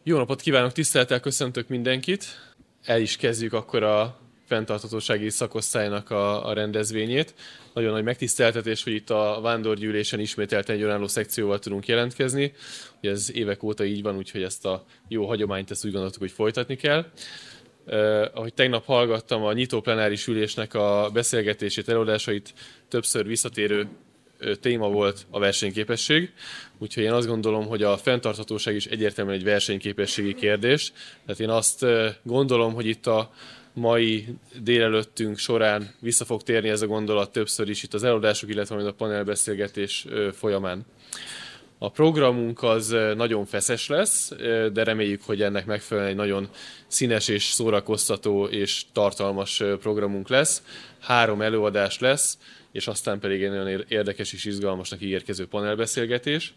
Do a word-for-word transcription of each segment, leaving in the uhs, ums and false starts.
Jó napot kívánok, tisztelettel köszöntök mindenkit. El is kezdjük akkor a fenntarthatósági szakosztálynak a, a rendezvényét. Nagyon nagy megtiszteltetés, hogy itt a vándorgyűlésen ismételten egy önálló szekcióval tudunk jelentkezni. Ugye ez évek óta így van, úgyhogy ezt a jó hagyományt ezt úgy gondoltuk, hogy folytatni kell. Uh, ahogy tegnap hallgattam a nyitó plenáris ülésnek a beszélgetését, előadásait, többször visszatérő téma volt a versenyképesség, úgyhogy én azt gondolom, hogy a fenntarthatóság is egyértelműen egy versenyképességi kérdés. Tehát én azt gondolom, hogy itt a mai délelőttünk során vissza fog térni ez a gondolat többször is itt az előadások, illetve majd a panelbeszélgetés folyamán. A programunk az nagyon feszes lesz, de reméljük, hogy ennek megfelelően egy nagyon színes és szórakoztató és tartalmas programunk lesz. Három előadás lesz, és aztán pedig egy nagyon érdekes és izgalmasnak ígérkező panelbeszélgetés.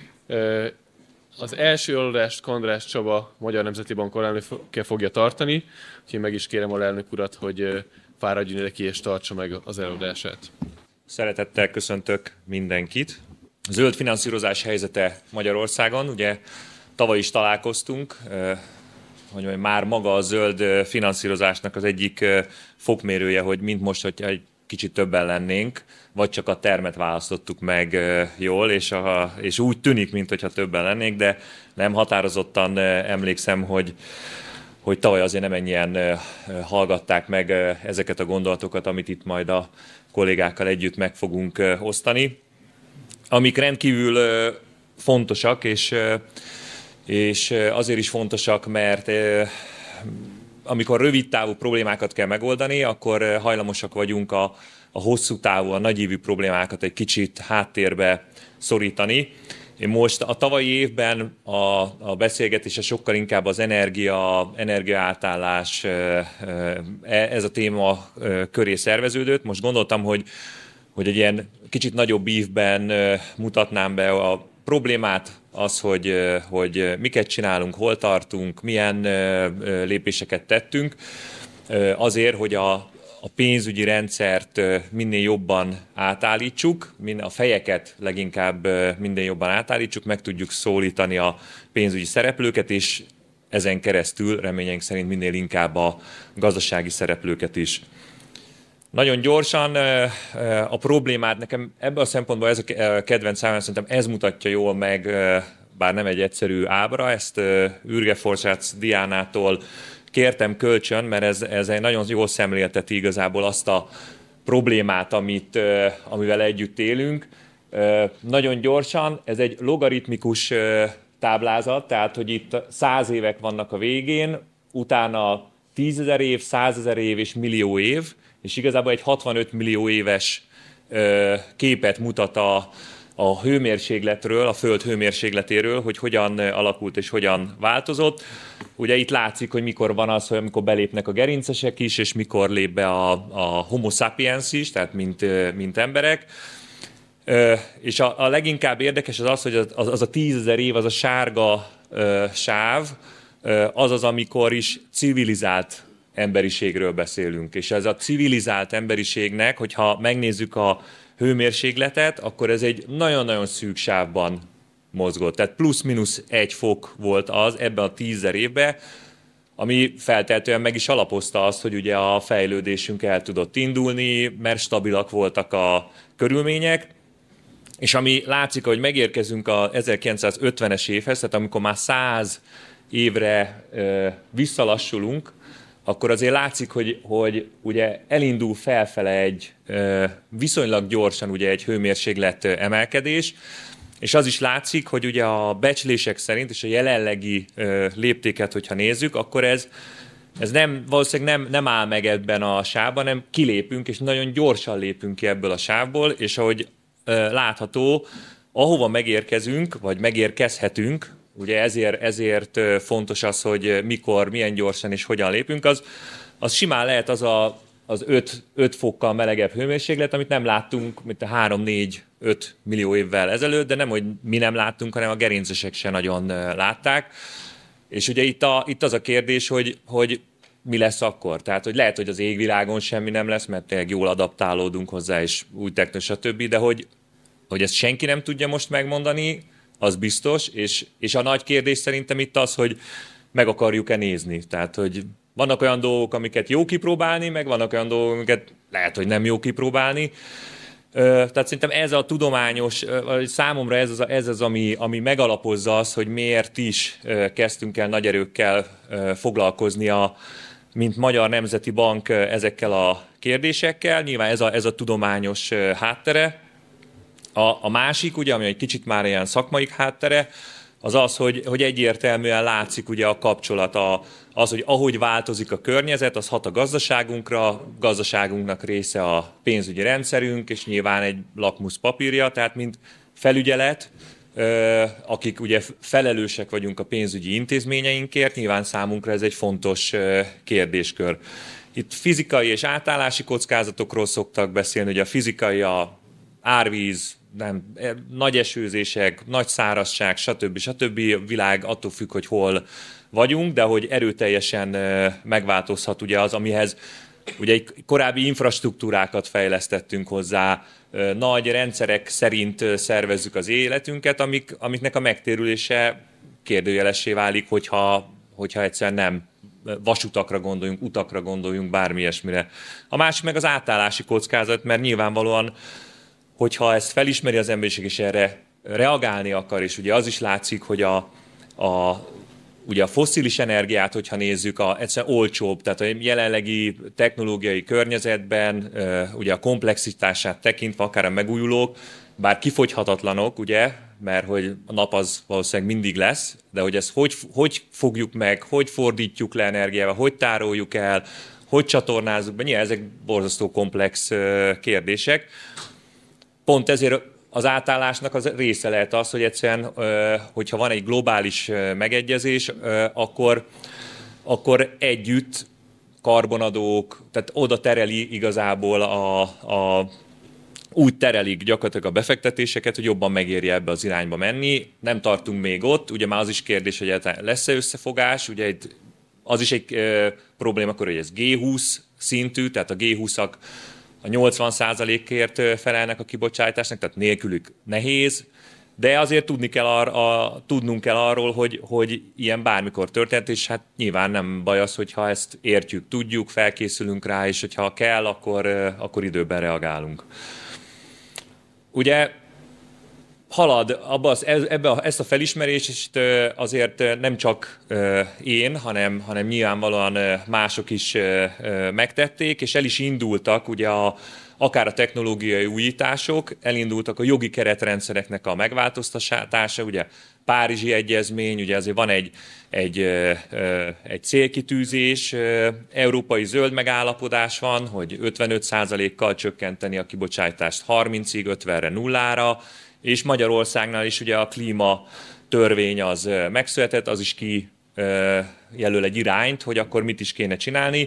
Az első előadást Kandrás Csaba, Magyar Nemzeti Bank alelnöke fogja tartani, úgyhogy meg is kérem a elnök urat, hogy fáradjon ide ki és tartsa meg az előadását. Szeretettel köszöntök mindenkit. Zöld finanszírozás helyzete Magyarországon, ugye tavaly is találkoztunk, hogy már maga a zöld finanszírozásnak az egyik fokmérője, hogy mint most, hogy egy kicsit többen lennénk, vagy csak a termet választottuk meg jól, és, a, és úgy tűnik, mintha többen lennénk, de nem határozottan emlékszem, hogy, hogy tavaly azért nem ennyien hallgatták meg ezeket a gondolatokat, amit itt majd a kollégákkal együtt meg fogunk osztani. Amik rendkívül fontosak, és, és azért is fontosak, mert amikor rövid távú problémákat kell megoldani, akkor hajlamosak vagyunk a, a hosszú távú, a nagyívű problémákat egy kicsit háttérbe szorítani. Én most a tavalyi évben a, a beszélgetése sokkal inkább az energia, energiaátállás, ez a téma köré szerveződött. Most gondoltam, hogy, hogy egy ilyen kicsit nagyobb ívben mutatnám be a problémát, az, hogy, hogy miket csinálunk, hol tartunk, milyen lépéseket tettünk, azért, hogy a, a pénzügyi rendszert minél jobban átállítsuk, a fejeket leginkább minél jobban átállítsuk, meg tudjuk szólítani a pénzügyi szereplőket, és ezen keresztül reményeink szerint minél inkább a gazdasági szereplőket is. Nagyon gyorsan a problémát, nekem ebből a szempontból ez a kedvenc számom, szerintem ez mutatja jól meg, bár nem egy egyszerű ábra, ezt Ürge Forsácz Diánától kértem kölcsön, mert ez, ez egy nagyon jól szemlélteti igazából azt a problémát, amit, amivel együtt élünk. Nagyon gyorsan, ez egy logaritmikus táblázat, tehát hogy itt száz évek vannak a végén, utána tízezer év, százezer év és millió év, és igazából egy hatvanöt millió éves ö, képet mutat a, a hőmérsékletről, a Föld hőmérsékletéről, hogy hogyan alakult és hogyan változott. Ugye itt látszik, hogy mikor van az, hogy amikor belépnek a gerincesek is, és mikor lép be a, a homo sapiens is, tehát mint, mint emberek. Ö, és a, a leginkább érdekes az az, hogy az, az a tízezer év, az a sárga ö, sáv, ö, az az, amikor is civilizált emberiségről beszélünk. És ez a civilizált emberiségnek, hogyha megnézzük a hőmérsékletet, akkor ez egy nagyon-nagyon szűk sávban mozgott. Tehát plusz-minusz egy fok volt az ebben a tízezer évben, ami feltehetően meg is alapozta azt, hogy ugye a fejlődésünk el tudott indulni, mert stabilak voltak a körülmények, és ami látszik, hogy megérkezünk a ezerkilencszázötvenes évhez, tehát amikor már száz évre ö, visszalassulunk, akkor azért látszik, hogy, hogy ugye elindul felfele egy ö, viszonylag gyorsan ugye egy hőmérséklet emelkedés, és az is látszik, hogy ugye a becslések szerint, és a jelenlegi ö, léptéket, hogyha nézzük, akkor ez, ez nem, valószínűleg nem, nem áll meg ebben a sávban, hanem kilépünk, és nagyon gyorsan lépünk ki ebből a sávból, és ahogy ö, látható, ahova megérkezünk, vagy megérkezhetünk, ugye ezért, ezért fontos az, hogy mikor, milyen gyorsan és hogyan lépünk, az, az simán lehet az a, az öt fokkal melegebb hőmérséklet, amit nem láttunk, mint a három négy öt millió évvel ezelőtt, de nem, hogy mi nem láttunk, hanem a gerincesek se nagyon látták. És ugye itt, a, itt az a kérdés, hogy, hogy mi lesz akkor? Tehát, hogy lehet, hogy az égvilágon semmi nem lesz, mert tényleg jól adaptálódunk hozzá, és új technológia, stb., de hogy, hogy ezt senki nem tudja most megmondani, az biztos, és, és a nagy kérdés szerintem itt az, hogy meg akarjuk-e nézni. Tehát, hogy vannak olyan dolgok, amiket jó kipróbálni, meg vannak olyan dolgok, amiket lehet, hogy nem jó kipróbálni. Tehát szerintem ez a tudományos, vagy számomra ez az, ez az ami, ami megalapozza az, hogy miért is kezdtünk el nagy erőkkel foglalkozni, a, mint Magyar Nemzeti Bank ezekkel a kérdésekkel. Nyilván ez a, ez a tudományos háttere. A, a másik, ugye, ami egy kicsit már ilyen szakmai háttere, az az, hogy, hogy egyértelműen látszik ugye a kapcsolat, a, az, hogy ahogy változik a környezet, az hat a gazdaságunkra, gazdaságunknak része a pénzügyi rendszerünk, és nyilván egy lakmusz papírja, tehát mint felügyelet, akik ugye felelősek vagyunk a pénzügyi intézményeinkért, nyilván számunkra ez egy fontos kérdéskör. Itt fizikai és átállási kockázatokról szoktak beszélni, ugye a fizikai a árvíz, nem, nagy esőzések, nagy szárazság, stb. stb. A világ attól függ, hogy hol vagyunk, de hogy erőteljesen megváltozhat ugye az, amihez ugye egy korábbi infrastruktúrákat fejlesztettünk hozzá, nagy rendszerek szerint szervezzük az életünket, amik, amiknek a megtérülése kérdőjelessé válik, hogyha, hogyha egyszerűen nem vasutakra gondoljunk, utakra gondoljunk, bármi ilyesmire. A másik meg az átállási kockázat, mert nyilvánvalóan hogyha ezt felismeri az emberiség, és erre reagálni akar, és ugye az is látszik, hogy a, a, ugye a fosszilis energiát, hogyha nézzük, a, egyszerűen olcsóbb, tehát a jelenlegi technológiai környezetben, ugye a komplexitását tekintve, akár a megújulók, bár kifogyhatatlanok, ugye, mert hogy a nap az valószínűleg mindig lesz, de hogy ezt hogy, hogy fogjuk meg, hogy fordítjuk le energiával, hogy tároljuk el, hogy csatornázzuk be, nyilván ezek borzasztó komplex kérdések. Pont ezért az átállásnak az része lehet az, hogy egyszerűen, hogyha van egy globális megegyezés, akkor, akkor együtt karbonadók, tehát oda tereli igazából a, a úgy terelik gyakorlatilag a befektetéseket, hogy jobban megérje ebbe az irányba menni. Nem tartunk még ott, ugye már az is kérdés, hogy lesz-e összefogás, ugye itt az is egy e, problémakör, hogy ez gé húsz szintű, tehát a gé húszak a nyolcvan százalékért felelnek a kibocsátásnak, tehát nélkülük nehéz, de azért tudni kell ar, a, tudnunk kell arról, hogy, hogy ilyen bármikor történt, és hát nyilván nem baj az, hogyha ezt értjük, tudjuk, felkészülünk rá, és hogyha kell, akkor, akkor időben reagálunk. Ugye halad abba az, ebbe a, ezt a felismerést azért nem csak én, hanem, hanem nyilvánvalóan mások is megtették, és el is indultak ugye a, akár a technológiai újítások, elindultak a jogi keretrendszereknek a megváltoztatása, ugye Párizsi Egyezmény, ugye azért van egy, egy, egy célkitűzés, európai zöld megállapodás van, hogy ötvenöt százalékkal csökkenteni a kibocsátást harmincig, ötvenre nullára, és Magyarországnál is ugye a klíma törvény az megszületett, az is ki jelöl egy irányt, hogy akkor mit is kéne csinálni.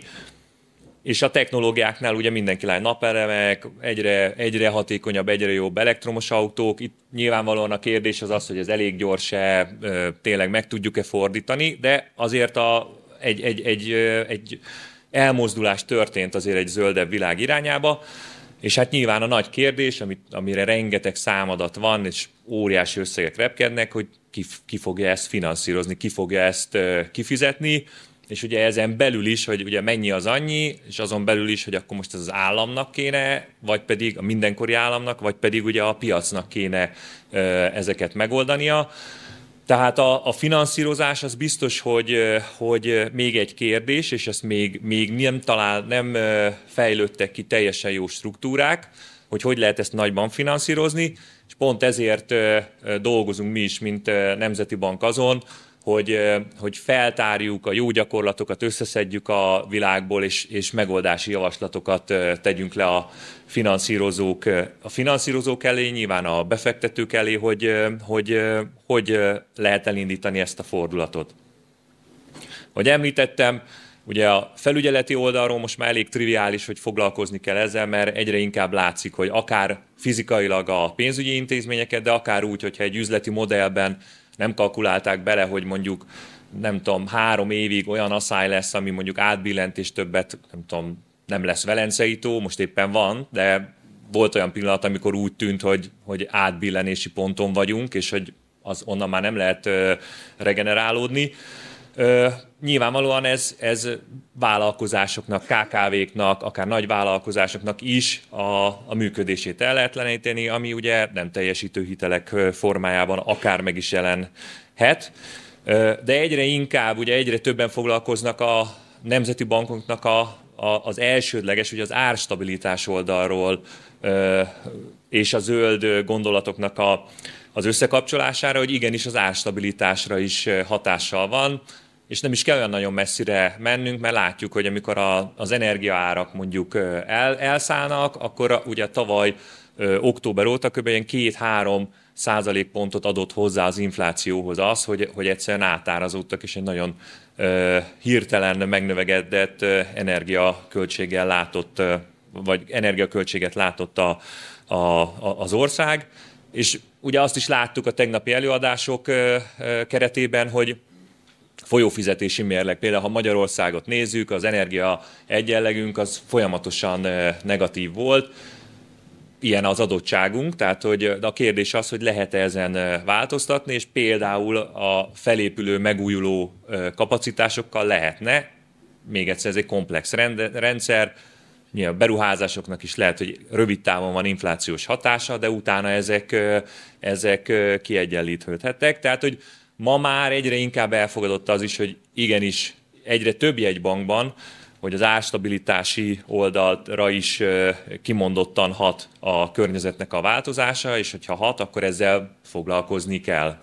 És a technológiáknál ugye mindenki lát napelemek, egyre, egyre hatékonyabb, egyre jobb elektromos autók. Itt nyilvánvalóan a kérdés az az, hogy ez elég gyors-e, tényleg meg tudjuk-e fordítani, de azért a, egy, egy, egy, egy elmozdulás történt azért egy zöldebb világ irányába. És hát nyilván a nagy kérdés, amit, amire rengeteg számadat van, és óriási összegek repkednek, hogy ki, ki fogja ezt finanszírozni, ki fogja ezt kifizetni, és ugye ezen belül is, hogy ugye mennyi az annyi, és azon belül is, hogy akkor most ez az államnak kéne, vagy pedig a mindenkori államnak, vagy pedig ugye a piacnak kéne ezeket megoldania. Tehát a, a finanszírozás az biztos, hogy, hogy még egy kérdés, és ezt még, még nem, talál, nem fejlődtek ki teljesen jó struktúrák, hogy hogy lehet ezt nagyban finanszírozni, és pont ezért dolgozunk mi is, mint Nemzeti Bank azon, hogy, hogy feltárjuk a jó gyakorlatokat, összeszedjük a világból, és, és megoldási javaslatokat tegyünk le a finanszírozók, a finanszírozók elé, nyilván a befektetők elé, hogy, hogy, hogy lehet elindítani ezt a fordulatot. Ahogy említettem, ugye a felügyeleti oldalról most már elég triviális, hogy foglalkozni kell ezzel, mert egyre inkább látszik, hogy akár fizikailag a pénzügyi intézményeket, de akár úgy, hogyha egy üzleti modellben nem kalkulálták bele, hogy mondjuk, nem tudom, három évig olyan asszály lesz, ami mondjuk átbillent, és többet, nem tudom, nem lesz Velencei tó, most éppen van, de volt olyan pillanat, amikor úgy tűnt, hogy, hogy átbillenési ponton vagyunk, és hogy az onnan már nem lehet regenerálódni. Nyilvánvalóan ez, ez vállalkozásoknak, ká ká véknak, akár nagy vállalkozásoknak is a, a működését ellehetetleníteni, ami ugye nem teljesítő hitelek formájában akár meg is jelenhet. De egyre inkább, ugye egyre többen foglalkoznak a nemzeti bankoknak a, a, az elsődleges, ugye az árstabilitás oldalról és a zöld gondolatoknak a, az összekapcsolására, hogy igenis az árstabilitásra is hatással van, és nem is kell olyan nagyon messzire mennünk, mert látjuk, hogy amikor a, az energiaárak mondjuk el, elszállnak, akkor ugye tavaly ö, október óta kb. két-három százalékpontot adott hozzá az inflációhoz az, hogy, hogy egyszerűen átárazódtak, és egy nagyon ö, hirtelen megnövekedett ö, energiaköltséggel látott, ö, vagy energiaköltséget látott a, a, a, az ország. És ugye azt is láttuk a tegnapi előadások ö, ö, keretében, hogy folyófizetési mérleg, például ha Magyarországot nézzük, az energia egyenlegünk az folyamatosan negatív volt, ilyen az adottságunk, tehát hogy a kérdés az, hogy lehet-e ezen változtatni, és például a felépülő, megújuló kapacitásokkal lehetne, még egyszer ez egy komplex rendszer, nyilván beruházásoknak is lehet, hogy rövid távon van inflációs hatása, de utána ezek, ezek kiegyenlítődhetnek, tehát hogy ma már egyre inkább elfogadott az is, hogy igenis egyre több jegybankban, hogy az árstabilitási oldalra is kimondottan hat a környezetnek a változása, és hogyha hat, akkor ezzel foglalkozni kell.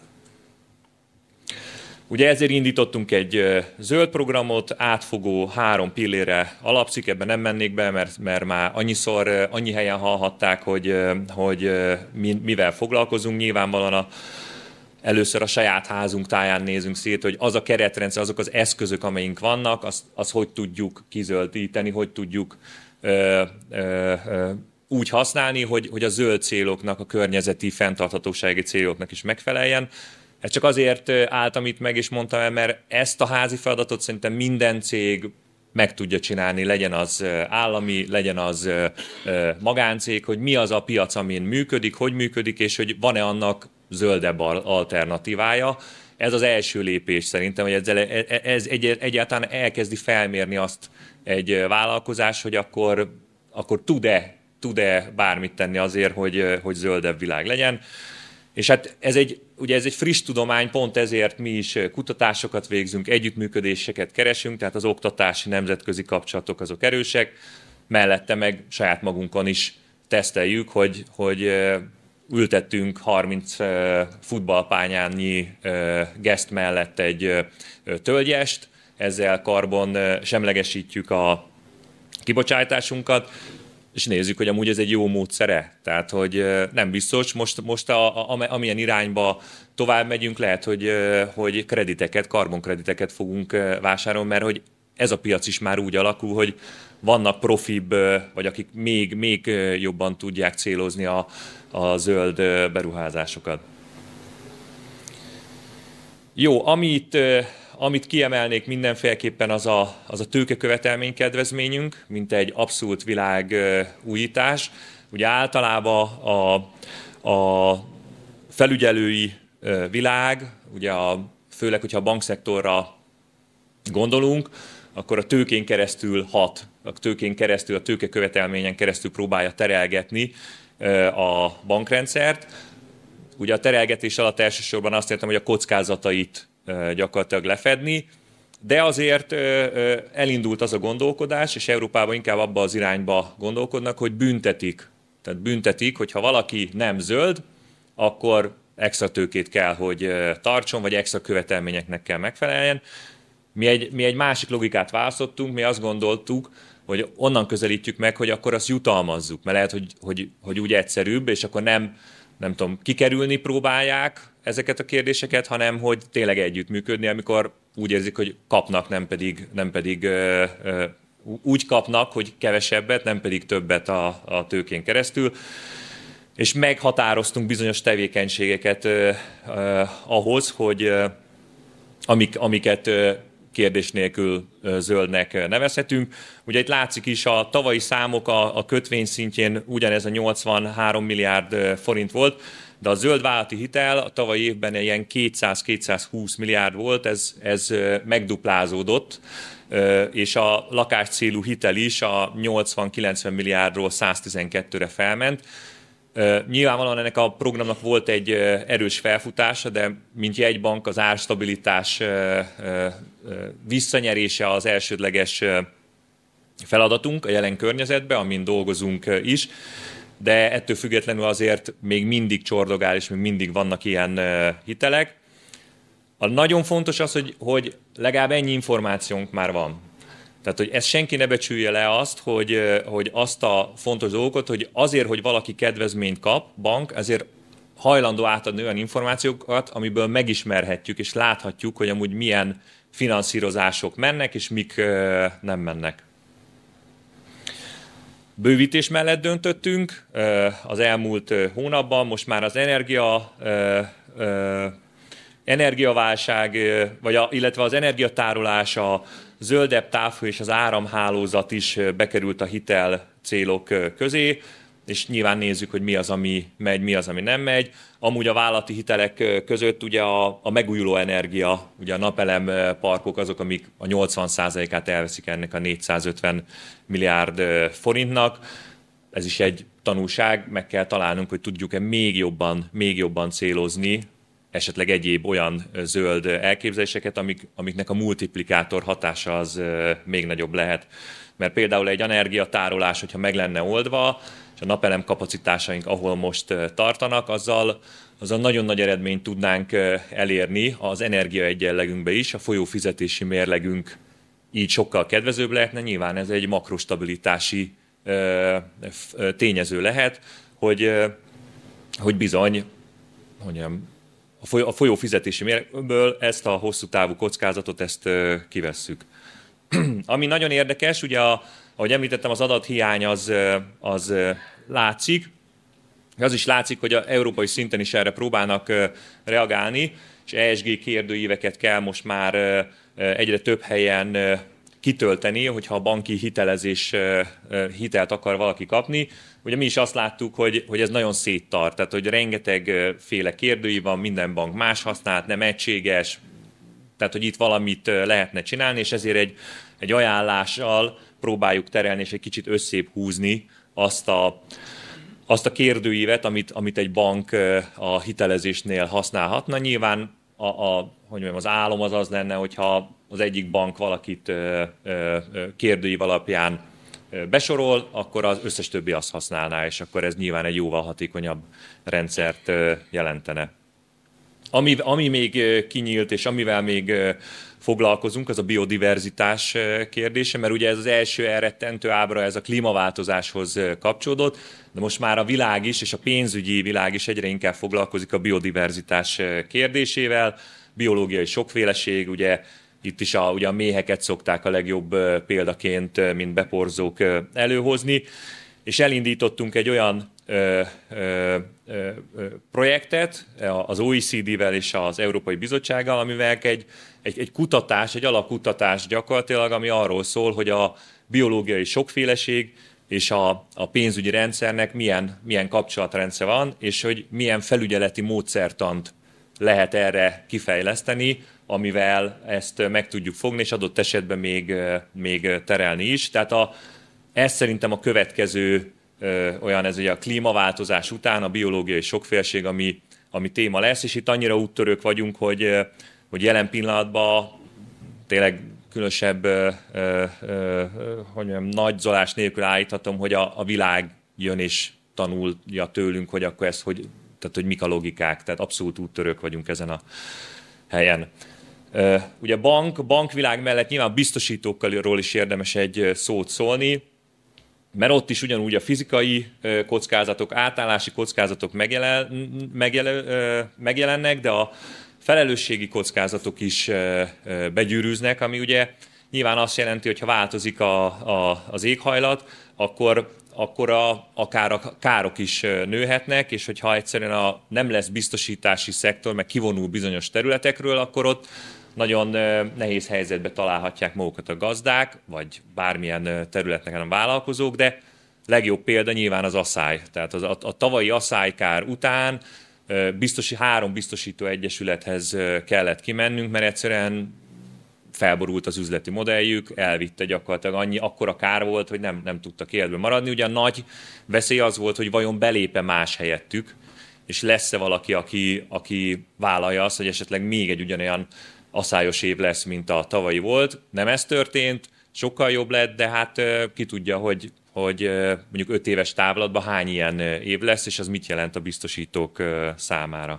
Ugye ezért indítottunk egy zöld programot, átfogó három pillére alapszik, ebben nem mennék be, mert, mert már annyiszor, annyi helyen hallhatták, hogy, hogy mivel foglalkozunk. Nyilvánvalóan a először a saját házunk táján nézünk szét, hogy az a keretrendszer, azok az eszközök, ameink vannak, azt, az hogy tudjuk kizöldíteni, hogy tudjuk ö, ö, ö, úgy használni, hogy, hogy a zöld céloknak, a környezeti fenntarthatósági céloknak is megfeleljen. Ez csak azért álltam itt meg, és mondtam el, mert ezt a házi feladatot szerintem minden cég meg tudja csinálni, legyen az állami, legyen az magáncég, hogy mi az a piac, amin működik, hogy működik, és hogy van-e annak zöldebb alternatívája. Ez az első lépés szerintem, hogy ezzel, ez egy, egyáltalán elkezdi felmérni azt egy vállalkozás, hogy akkor, akkor tud-e, tud-e bármit tenni azért, hogy, hogy zöldebb világ legyen. És hát ez egy, ugye ez egy friss tudomány, pont ezért mi is kutatásokat végzünk, együttműködéseket keresünk, tehát az oktatási nemzetközi kapcsolatok azok erősek, mellette meg saját magunkon is teszteljük, hogy, hogy ültettünk harminc futballpányányi geszt mellett egy tölgyest, ezzel karbon semlegesítjük a kibocsátásunkat, és nézzük, hogy amúgy ez egy jó módszere. Tehát, hogy nem biztos, most, most a, a, amilyen irányba tovább megyünk, lehet, hogy, hogy krediteket, karbonkrediteket fogunk vásárolni, mert hogy ez a piac is már úgy alakul, hogy vannak profibb, vagy akik még, még jobban tudják célozni a, a zöld beruházásokat. Jó, amit, amit kiemelnék mindenféleképpen az a, az a tőkekövetelmény kedvezményünk, mint egy abszolút világ újítás. Ugye általában a, a felügyelői világ, ugye a, főleg, hogyha a bankszektorra gondolunk, akkor a tőkén keresztül hat, a tőkén keresztül, a tőkekövetelményen keresztül próbálja terelgetni a bankrendszert. Ugye a terelgetés alatt elsősorban azt értem, hogy a kockázatait gyakorlatilag lefedni, de azért elindult az a gondolkodás, és Európában inkább abba az irányba gondolkodnak, hogy büntetik. Tehát büntetik, hogyha valaki nem zöld, akkor extra tőkét kell, hogy tartson, vagy extra követelményeknek kell megfeleljen. Mi egy, mi egy másik logikát választottunk, mi azt gondoltuk, hogy onnan közelítjük meg, hogy akkor azt jutalmazzuk, mert lehet, hogy, hogy, hogy úgy egyszerűbb, és akkor nem, nem tudom, kikerülni próbálják ezeket a kérdéseket, hanem hogy tényleg együttműködni, amikor úgy érzik, hogy kapnak, nem pedig, nem pedig ö, ö, úgy kapnak, hogy kevesebbet, nem pedig többet a, a tőkén keresztül. És meghatároztunk bizonyos tevékenységeket ö, ö, ahhoz, hogy ö, amik, amiket ö, kérdés nélkül zöldnek nevezhetünk. Ugye itt látszik is a tavalyi számok a, a kötvény szintjén ugyanez a nyolcvanhárom milliárd forint volt, de a zöld vállalati hitel a tavalyi évben ilyen kétszáz-kétszázhúsz milliárd volt, ez, ez megduplázódott, és a lakáscélú hitel is a nyolcvan-kilencven milliárdról száztizenkettőre felment. Nyilvánvalóan ennek a programnak volt egy erős felfutása, de mint jegybank az árstabilitás visszanyerése az elsődleges feladatunk a jelen környezetben, amin dolgozunk is, de ettől függetlenül azért még mindig csordogál, és még mindig vannak ilyen hitelek. A nagyon fontos az, hogy, hogy legalább ennyi információnk már van. Tehát, hogy ezt senki ne becsülje le azt, hogy, hogy azt a fontos dolgot, hogy azért, hogy valaki kedvezményt kap, bank, ezért hajlandó átadni olyan információkat, amiből megismerhetjük és láthatjuk, hogy amúgy milyen finanszírozások mennek, és mik nem mennek. Bővítés mellett döntöttünk az elmúlt hónapban, most már az energia, energiaválság, vagy a, illetve az energiatárolás, a zöldebb távhő és az áramhálózat is bekerült a hitel célok közé, és nyilván nézzük, hogy mi az, ami megy, mi az, ami nem megy. Amúgy a vállalati hitelek között ugye a, a megújuló energia, ugye a napelem parkok azok, amik a nyolcvan százalékát elveszik ennek a négyszázötven milliárd forintnak. Ez is egy tanulság, meg kell találnunk, hogy tudjuk-e még jobban, még jobban célozni esetleg egyéb olyan zöld elképzeléseket, amik, amiknek a multiplikátor hatása az még nagyobb lehet. Mert például egy energiatárolás, hogyha meg lenne oldva, és a napelem kapacitásaink, ahol most tartanak, azzal, azzal nagyon nagy eredményt tudnánk elérni az energiaegyenlegünkbe is, a folyófizetési mérlegünk így sokkal kedvezőbb lehetne. Nyilván ez egy makrostabilitási tényező lehet, hogy, hogy bizony, mondjam, a folyófizetési mérlegből ezt a hosszú távú kockázatot ezt kivesszük. Ami nagyon érdekes, ugye a, ahogy említettem, az adathiány az, az látszik. Az is látszik, hogy az európai szinten is erre próbálnak reagálni, és E S G kérdőíveket kell most már egyre több helyen kitölteni, hogyha a banki hitelezés hitelt akar valaki kapni. Ugye mi is azt láttuk, hogy, hogy ez nagyon széttart, tehát hogy rengeteg féle kérdőív van, minden bank más használat, nem egységes, tehát hogy itt valamit lehetne csinálni, és ezért egy, egy ajánlással próbáljuk terelni, és egy kicsit összébb húzni azt a, azt a kérdőívet, amit, amit egy bank a hitelezésnél használhatna. Nyilván a, a, hogy mondjam, az álom az az lenne, hogyha az egyik bank valakit kérdőív alapján besorol, akkor az összes többi azt használná, és akkor ez nyilván egy jóval hatékonyabb rendszert jelentene. Ami, ami még kinyílt, és amivel még foglalkozunk, az a biodiverzitás kérdése, mert ugye ez az első elrettentő ábra, ez a klímaváltozáshoz kapcsolódott, de most már a világ is, és a pénzügyi világ is egyre inkább foglalkozik a biodiverzitás kérdésével, biológiai sokféleség, ugye itt is a, ugye a méheket szokták a legjobb példaként, mint beporzók előhozni, és elindítottunk egy olyan ö, ö, ö, projektet az O E C D-vel és az Európai Bizottsággal, amivel egy, egy, egy kutatás, egy alapkutatás gyakorlatilag, ami arról szól, hogy a biológiai sokféleség és a, a pénzügyi rendszernek milyen, milyen kapcsolatrendszer van, és hogy milyen felügyeleti módszertant lehet erre kifejleszteni, amivel ezt meg tudjuk fogni, és adott esetben még, még terelni is. Tehát a, ez szerintem a következő ö, olyan, ez ugye a klímaváltozás után a biológiai sokféleség, ami, ami téma lesz, és itt annyira úttörők vagyunk, hogy, hogy jelen pillanatban tényleg különösebb ö, ö, ö, hogy mondjam, nagyzolás nélkül állíthatom, hogy a, a világ jön és tanulja tőlünk, hogy akkor ez, hogy, tehát, hogy mik a logikák, tehát abszolút úttörők vagyunk ezen a helyen. Ugye bank, bankvilág mellett nyilván biztosítókról is érdemes egy szót szólni, mert ott is ugyanúgy a fizikai kockázatok, átállási kockázatok megjelen, megjelen, megjelennek, de a felelősségi kockázatok is begyűrűznek, ami ugye nyilván azt jelenti, hogy ha változik a, a, az éghajlat, akkor akkor a, akár a károk is nőhetnek, és hogyha egyszerűen a, nem lesz biztosítási szektor, meg kivonul bizonyos területekről, akkor ott nagyon nehéz helyzetbe találhatják magukat a gazdák, vagy bármilyen területnek a vállalkozók, de legjobb példa nyilván az asszály. Tehát az, a, a tavalyi asszálykár után biztosi, három biztosító egyesülethez kellett kimennünk, mert egyszerűen felborult az üzleti modelljük, elvitte gyakorlatilag annyi, akkora kár volt, hogy nem, nem tudtak életben maradni. Ugye a nagy veszély az volt, hogy vajon belép-e más helyettük, és lesz-e valaki, aki, aki vállalja azt, hogy esetleg még egy ugyanolyan aszályos év lesz, mint a tavalyi volt. Nem ez történt, sokkal jobb lett, de hát ki tudja, hogy, hogy mondjuk öt éves távlatban hány ilyen év lesz, és az mit jelent a biztosítók számára.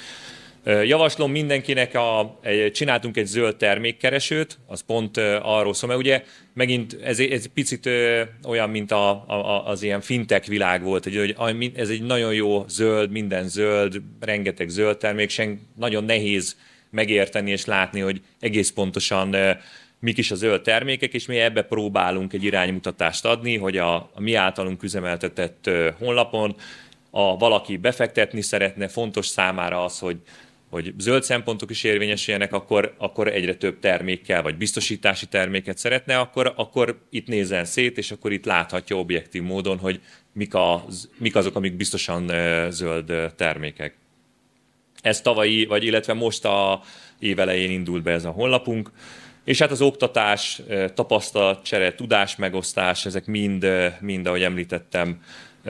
Javaslom mindenkinek, a, csináltunk egy zöld termékkeresőt, az pont arról szól, mert ugye megint ez, ez egy picit olyan, mint a, a, az ilyen fintech világ volt, hogy ez egy nagyon jó zöld, minden zöld, rengeteg zöld termék, sen nagyon nehéz megérteni és látni, hogy egész pontosan mik is a zöld termékek, és mi ebbe próbálunk egy iránymutatást adni, hogy a, a mi általunk üzemeltetett honlapon a valaki befektetni szeretne, fontos számára az, hogy hogy zöld szempontok is érvényesüljenek, akkor, akkor egyre több termékkel, vagy biztosítási terméket szeretne, akkor, akkor itt nézzen szét, és akkor itt láthatja objektív módon, hogy mik, az, mik azok, amik biztosan zöld termékek. Ez tavalyi, vagy illetve most a év elején indult be ez a honlapunk, és hát az oktatás, tapasztalatcsere, tudásmegosztás, ezek mind, mind, ahogy említettem,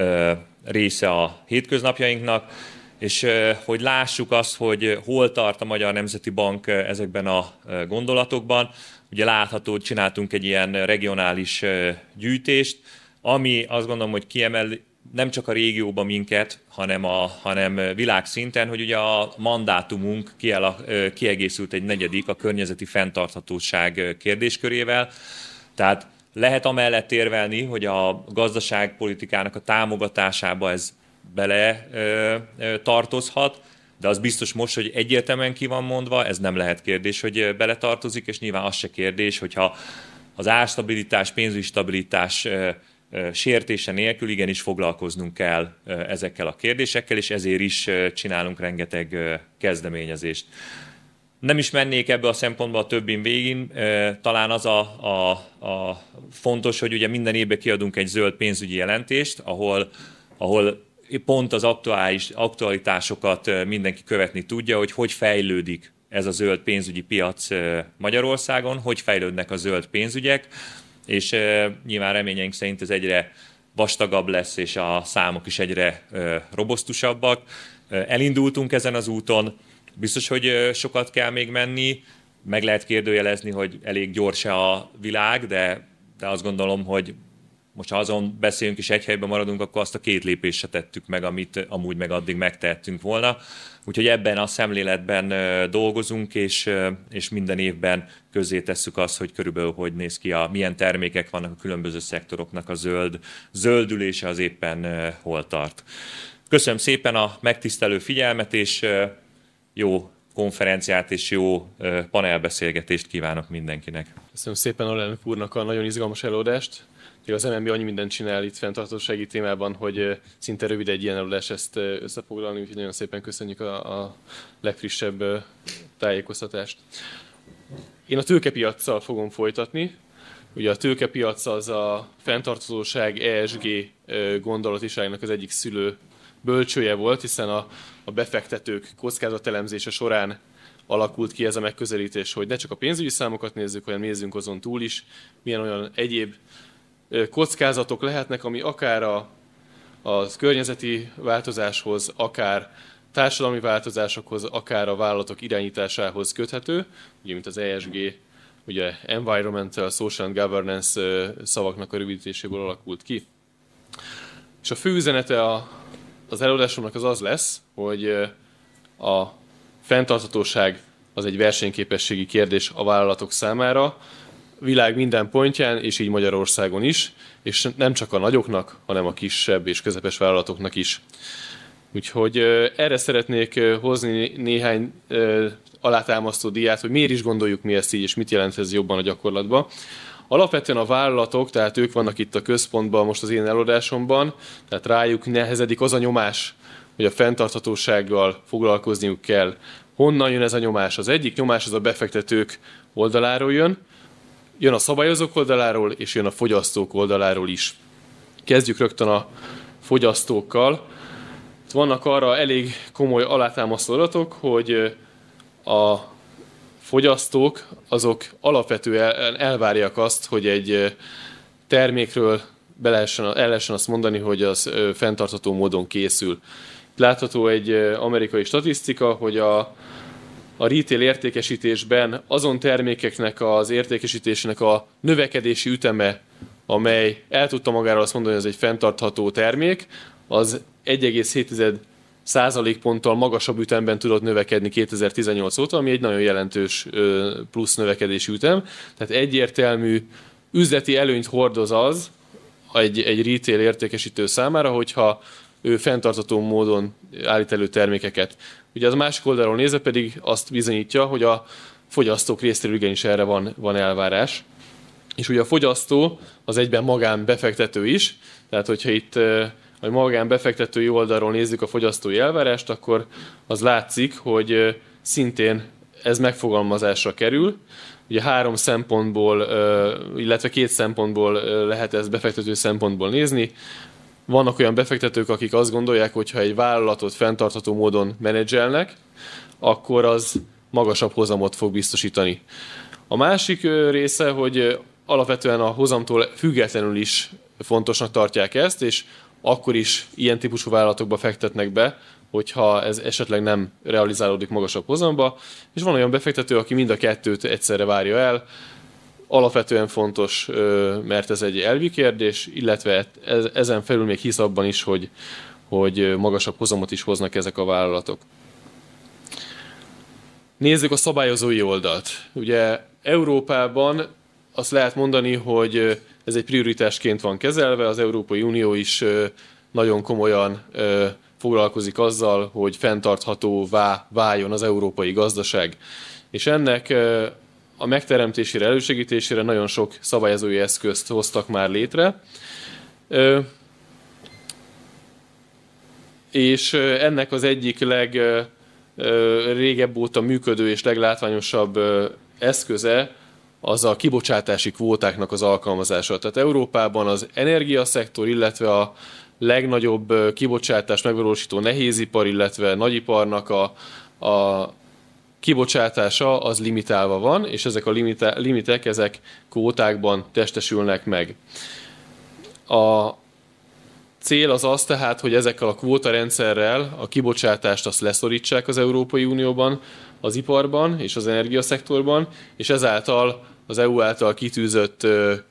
része a hétköznapjainknak, és hogy lássuk azt, hogy hol tart a Magyar Nemzeti Bank ezekben a gondolatokban. Ugye látható, hogy csináltunk egy ilyen regionális gyűjtést, ami azt gondolom, hogy kiemel nem csak a régióban minket, hanem, a, hanem világszinten, hogy ugye a mandátumunk kiegészült egy negyedik, a környezeti fenntarthatóság kérdéskörével. Tehát lehet amellett érvelni, hogy a gazdaságpolitikának a támogatásába ez bele ö, ö, tartozhat, de az biztos most, hogy egyértelműen ki van mondva, ez nem lehet kérdés, hogy bele tartozik, és nyilván az se kérdés, hogyha az árstabilitás, pénzügyi stabilitás ö, ö, sértése nélkül igenis foglalkoznunk kell ö, ezekkel a kérdésekkel, és ezért is ö, csinálunk rengeteg ö, kezdeményezést. Nem is mennék ebbe a szempontba a többin végén, ö, talán az a, a, a fontos, hogy ugye minden évben kiadunk egy zöld pénzügyi jelentést, ahol, ahol pont az aktuális, aktualitásokat mindenki követni tudja, hogy hogy fejlődik ez a zöld pénzügyi piac Magyarországon, hogy fejlődnek a zöld pénzügyek, és nyilván reményeink szerint ez egyre vastagabb lesz, és a számok is egyre robosztusabbak. Elindultunk ezen az úton, biztos, hogy sokat kell még menni, meg lehet kérdőjelezni, hogy elég gyors a világ, de, de azt gondolom, hogy most ha azon beszélünk és egy helyben maradunk, akkor azt a két lépést se tettük meg, amit amúgy meg addig megtehettünk volna. Úgyhogy ebben a szemléletben dolgozunk, és, és minden évben közzétesszük azt, hogy körülbelül hogy néz ki, a, milyen termékek vannak a különböző szektoroknak a zöld, zöldülése az éppen hol tart. Köszönöm szépen a megtisztelő figyelmet, és jó konferenciát és jó panelbeszélgetést kívánok mindenkinek. Köszönöm szépen alelnök úrnak a nagyon izgalmas előadást. Az em en bé annyi mindent csinál itt fenntarthatósági témában, hogy szinte rövid egy ilyen előadás ezt összefoglalni, úgyhogy nagyon szépen köszönjük a, a legfrissebb tájékoztatást. Én a tőkepiacsal fogom folytatni. Ugye a tőkepiac az a fenntarthatóság é es gé gondolatiságnak az egyik szülő bölcsője volt, hiszen a, a befektetők kockázatelemzése során alakult ki ez a megközelítés, hogy ne csak a pénzügyi számokat nézzük, hanem nézzünk azon túl is, milyen olyan egyéb kockázatok lehetnek, ami akár a, a környezeti változáshoz, akár társadalmi változásokhoz, akár a vállalatok irányításához köthető, ugye mint az é es gé, ugye Environmental, Social and Governance szavaknak a rövidítéséből alakult ki. És a fő üzenete a, az előadásomnak az az lesz, hogy a fenntarthatóság az egy versenyképességi kérdés a vállalatok számára, világ minden pontján, és így Magyarországon is, és nem csak a nagyoknak, hanem a kisebb és közepes vállalatoknak is. Úgyhogy erre szeretnék hozni néhány alátámasztó diát, hogy miért is gondoljuk mi ezt így, és mit jelent ez jobban a gyakorlatban. Alapvetően a vállalatok, tehát ők vannak itt a központban most az én előadásomban, tehát rájuk nehezedik az a nyomás, hogy a fenntarthatósággal foglalkozniuk kell. Honnan jön ez a nyomás? Az egyik nyomás az a befektetők oldaláról jön, jön a szabályozók oldaláról, és jön a fogyasztók oldaláról is. Kezdjük rögtön a fogyasztókkal. Vannak arra elég komoly alátámasztó adatok, hogy a fogyasztók azok alapvetően elvárják azt, hogy egy termékről be lehessen, el lehessen azt mondani, hogy az fenntartható módon készül. Látható egy amerikai statisztika, hogy a, a retail értékesítésben azon termékeknek az értékesítésének a növekedési üteme, amely el tudta magáról azt mondani, hogy ez egy fenntartható termék, az egy egész hét százalékponttal magasabb ütemben tudott növekedni kétezer-tizennyolc óta, ami egy nagyon jelentős plusz növekedési ütem. Tehát egyértelmű üzleti előnyt hordoz az egy, egy retail értékesítő számára, hogyha ő fenntartható módon állít elő termékeket. Ugye az másik oldalról nézve pedig azt bizonyítja, hogy a fogyasztók részéről igenis erre van, van elvárás. És ugye a fogyasztó az egyben magánbefektető is, tehát hogyha itt a magánbefektetői oldalról nézzük a fogyasztói elvárást, akkor az látszik, hogy szintén ez megfogalmazásra kerül. Ugye három szempontból, illetve két szempontból lehet ezt befektető szempontból nézni. Vannak olyan befektetők, akik azt gondolják, hogy ha egy vállalatot fenntartható módon menedzselnek, akkor az magasabb hozamot fog biztosítani. A másik része, hogy alapvetően a hozamtól függetlenül is fontosnak tartják ezt, és akkor is ilyen típusú vállalatokba fektetnek be, hogyha ez esetleg nem realizálódik magasabb hozamba, és van olyan befektető, aki mind a kettőt egyszerre várja el. Alapvetően fontos, mert ez egy elvi kérdés, illetve ezen felül még hisz abban is, hogy, hogy magasabb hozamot is hoznak ezek a vállalatok. Nézzük a szabályozói oldalt. Ugye Európában azt lehet mondani, hogy ez egy prioritásként van kezelve, az Európai Unió is nagyon komolyan foglalkozik azzal, hogy fenntarthatóvá váljon az európai gazdaság. És ennek a megteremtésére, elősegítésére nagyon sok szabályozói eszközt hoztak már létre. És ennek az egyik legrégebb óta működő és leglátványosabb eszköze az a kibocsátási kvótáknak az alkalmazása. Tehát Európában az energiaszektor, illetve a legnagyobb kibocsátást megvalósító nehézipar, illetve nagyiparnak a, a kibocsátása az limitálva van, és ezek a limite, limitek, ezek kvótákban testesülnek meg. A cél az az tehát, hogy ezekkel a kvótarendszerrel a kibocsátást azt leszorítsák az Európai Unióban, az iparban és az energiaszektorban, és ezáltal az é u által kitűzött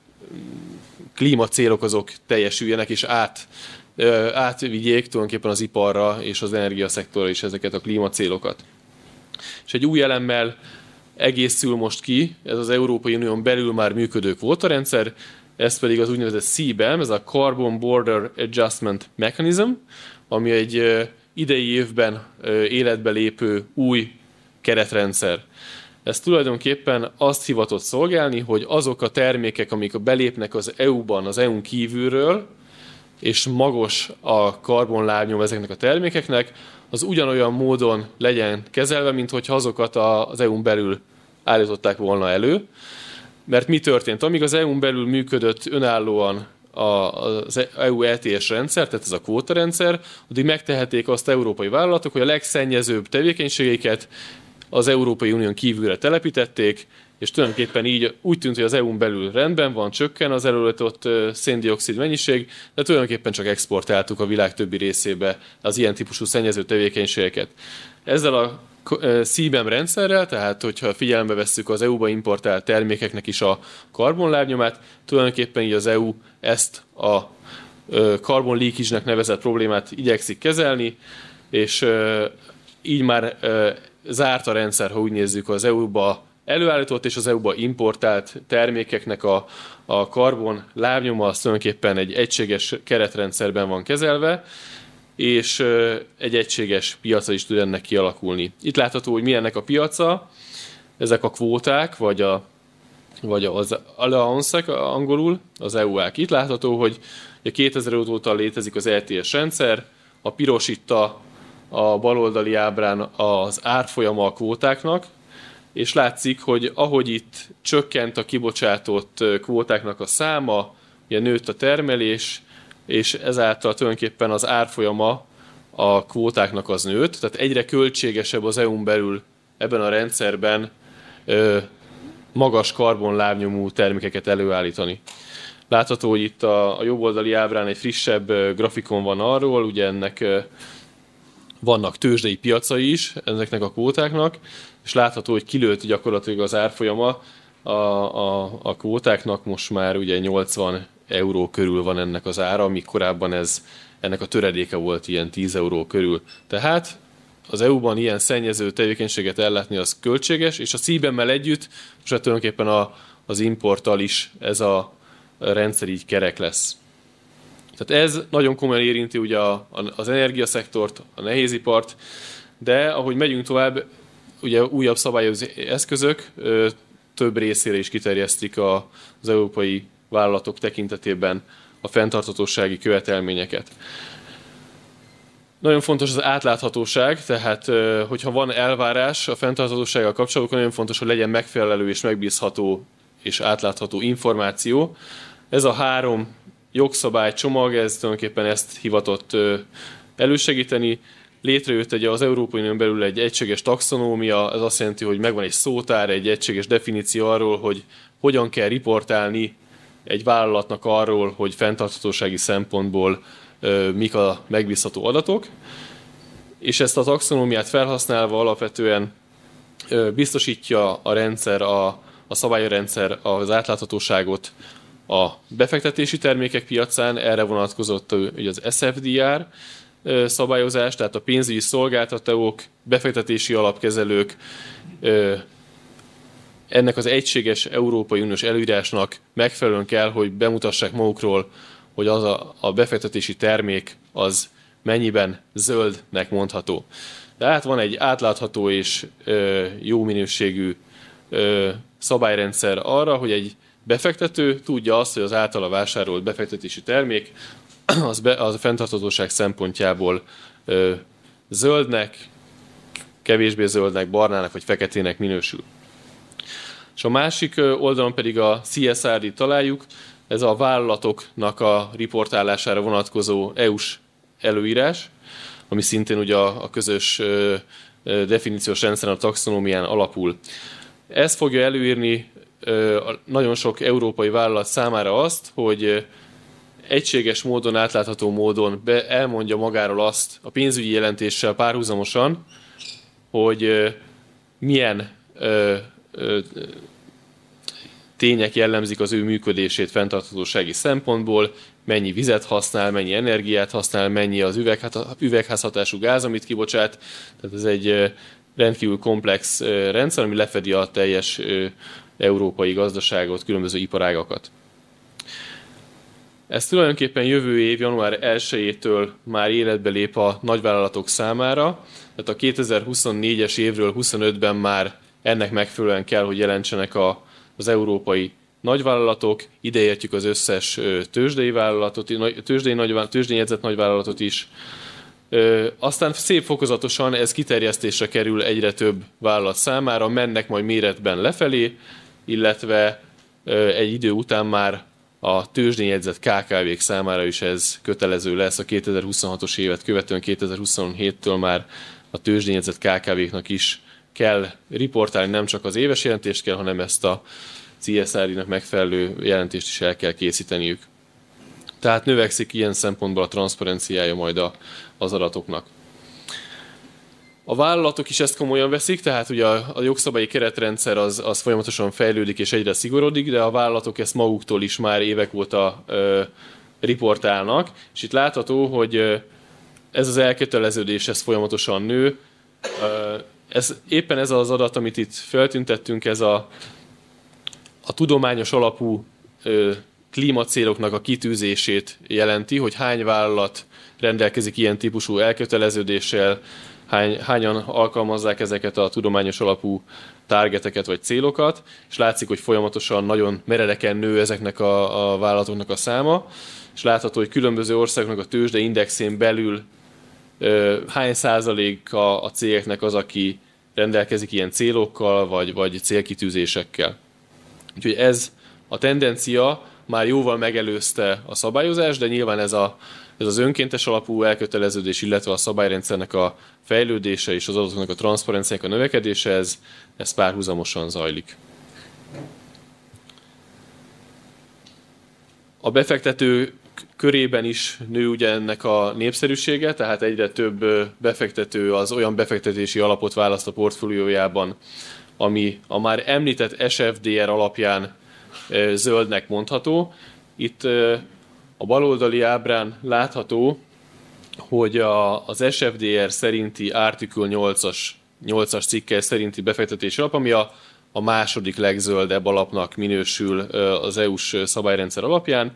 klímacélok azok teljesüljenek, és át, átvigyék tulajdonképpen az iparra és az energiaszektorra is ezeket a klímacélokat. És egy új elemmel egészül most ki, ez az Európai Unión belül már működő kvótarendszer, ez pedig az úgynevezett C B A M, ez a Carbon Border Adjustment Mechanism, ami egy idei évben életbe lépő új keretrendszer. Ez tulajdonképpen azt hivatott szolgálni, hogy azok a termékek, amik belépnek az é u-ban, az é u-n kívülről, és magos a karbonlábnyom ezeknek a termékeknek, az ugyanolyan módon legyen kezelve, mint hogyha azokat az é u-n belül állították volna elő. Mert mi történt? Amíg az é u-n belül működött önállóan az é u é té es rendszer, tehát ez a kvótarendszer, addig megtehették azt európai vállalatok, hogy a legszennyezőbb tevékenységeiket az Európai Unión kívülre telepítették, és tulajdonképpen így úgy tűnt, hogy az é u-n belül rendben van, csökken az előállított széndioxid mennyiség, de tulajdonképpen csak exportáltuk a világ többi részébe az ilyen típusú szennyező tevékenységeket. Ezzel a C B A M rendszerrel, tehát hogyha figyelembe vesszük az é u-ba importált termékeknek is a karbonlábnyomát, tulajdonképpen így az é u ezt a carbon leakage-nek nevezett problémát igyekszik kezelni, és így már zárt a rendszer, ha úgy nézzük, az é u-ba előállított és az é u-ba importált termékeknek a, a karbon lábnyoma az tulajdonképpen egy egységes keretrendszerben van kezelve, és egy egységes piaca is tud ennek kialakulni. Itt látható, hogy milyennek a piaca, ezek a kvóták, vagy, a, vagy az allowance-ek angolul, az é u-ák. Itt látható, hogy kétezer-öt óta létezik az é té es rendszer, a piros itt a, a baloldali ábrán az árfolyama a kvótáknak, és látszik, hogy ahogy itt csökkent a kibocsátott kvótáknak a száma, ugye nőtt a termelés, és ezáltal tulajdonképpen az árfolyama a kvótáknak az nőtt, tehát egyre költségesebb az é u-n belül ebben a rendszerben ö, magas karbonlábnyomú termékeket előállítani. Látható, hogy itt a, a jobboldali ábrán egy frissebb ö, grafikon van arról, ugye ennek ö, vannak tőzsdei piacai is ezeknek a kvótáknak, és látható, hogy kilőtt gyakorlatilag az árfolyama a, a, a kvótáknak, most már ugye nyolcvan euró körül van ennek az ára, míg korábban ez, ennek a töredéke volt ilyen tíz euró körül. Tehát az é u-ban ilyen szennyező tevékenységet ellátni az költséges, és a cé bé em-mel együtt most tulajdonképpen a, az importtal is ez a rendszer így kerek lesz. Tehát ez nagyon komolyan érinti ugye a, az energiaszektort, a nehézipart, de ahogy megyünk tovább, ugye újabb szabályozó eszközök ö, több részére is kiterjesztik a, az európai vállalatok tekintetében a fenntarthatósági követelményeket. Nagyon fontos az átláthatóság, tehát hogyha van elvárás a fenntarthatósággal kapcsolatban, nagyon fontos, hogy legyen megfelelő és megbízható és átlátható információ. Ez a három jogszabálycsomag, ez tulajdonképpen ezt hivatott elősegíteni. Létrejött egy az Európai Unión belül egy egységes taxonómia, ez azt jelenti, hogy megvan egy szótár, egy egységes definíció arról, hogy hogyan kell riportálni egy vállalatnak arról, hogy fenntarthatósági szempontból ö, mik a megbízható adatok, és ezt a taxonómiát felhasználva alapvetően ö, biztosítja a rendszer, a, a szabályrendszer az átláthatóságot a befektetési termékek piacán, erre vonatkozott ugye az es ef dé er ö, szabályozás, tehát a pénzügyi szolgáltatók, befektetési alapkezelők, ö, ennek az egységes Európai Uniós előírásnak megfelelően kell, hogy bemutassák magukról, hogy az a, a befektetési termék az mennyiben zöldnek mondható. Tehát van egy átlátható és ö, jó minőségű ö, szabályrendszer arra, hogy egy befektető tudja azt, hogy az általa vásárolt befektetési termék az, be, az a fenntarthatóság szempontjából ö, zöldnek, kevésbé zöldnek, barnának vagy feketének minősül. És a másik oldalon pedig a cé es er dé-t találjuk, ez a vállalatoknak a riportálására vonatkozó é u-s előírás, ami szintén ugye a, a közös ö, ö, definíciós rendszeren, a taxonómián alapul. Ez fogja előírni ö, nagyon sok európai vállalat számára azt, hogy ö, egységes módon, átlátható módon be, elmondja magáról azt a pénzügyi jelentéssel párhuzamosan, hogy ö, milyen ö, ö, tények jellemzik az ő működését fenntarthatósági szempontból, mennyi vizet használ, mennyi energiát használ, mennyi az üvegházhatású gáz, amit kibocsát. Tehát ez egy rendkívül komplex rendszer, ami lefedi a teljes európai gazdaságot, különböző iparágakat. Ez tulajdonképpen jövő év január elsejétől már életbe lép a nagyvállalatok számára, tehát a kétezer-huszonnégyes évről huszonötben már ennek megfelelően kell, hogy jelentsenek a, az európai nagyvállalatok, ideértjük az összes tőzsdei vállalatot, tőzsdei, nagy, tőzsdei jegyzett nagyvállalatot is. Aztán szép fokozatosan ez kiterjesztésre kerül egyre több vállalat számára, mennek majd méretben lefelé, illetve egy idő után már a tőzsdén jegyzett ká ká vék számára is ez kötelező lesz. A kétezer-huszonhatos évet követően kétezer-huszonhéttől már a tőzsdén jegyzett ká ká véknak is kell riportálni, nem csak az éves jelentést kell, hanem ezt a cé es er dé-nek megfelelő jelentést is el kell készíteniük. Tehát növekszik ilyen szempontból a transzparenciája majd a, az adatoknak. A vállalatok is ezt komolyan veszik, tehát ugye a, a jogszabályi keretrendszer az, az folyamatosan fejlődik és egyre szigorodik, de a vállalatok ezt maguktól is már évek óta ö, riportálnak, és itt látható, hogy ö, ez az elköteleződés ez folyamatosan nő. Ö, ez, éppen ez az adat, amit itt feltüntettünk, ez a, a tudományos alapú ö, klímacéloknak a kitűzését jelenti, hogy hány vállalat rendelkezik ilyen típusú elköteleződéssel, Hány, hányan alkalmazzák ezeket a tudományos alapú targeteket vagy célokat, és látszik, hogy folyamatosan nagyon meredeken nő ezeknek a, a vállalatoknak a száma, és látható, hogy különböző országoknak a tőzsde indexén belül ö, hány százalék a, a cégeknek az, aki rendelkezik ilyen célokkal, vagy, vagy célkitűzésekkel. Úgyhogy ez a tendencia már jóval megelőzte a szabályozás, de nyilván ez, a, ez az önkéntes alapú elköteleződés, illetve a szabályrendszernek a fejlődése és az adatoknak a transzparenciának a növekedése, ez, ez párhuzamosan zajlik. A befektető körében is nő ugye ennek a népszerűsége, tehát egyre több befektető az olyan befektetési alapot választ a portfóliójában, ami a már említett es ef dé er alapján zöldnek mondható. Itt a baloldali ábrán látható, hogy a, az es ef dé er szerinti Article nyolcas, nyolcas cikke szerinti befektetési alap, ami a, a második legzöldebb alapnak minősül az é u-s szabályrendszer alapján.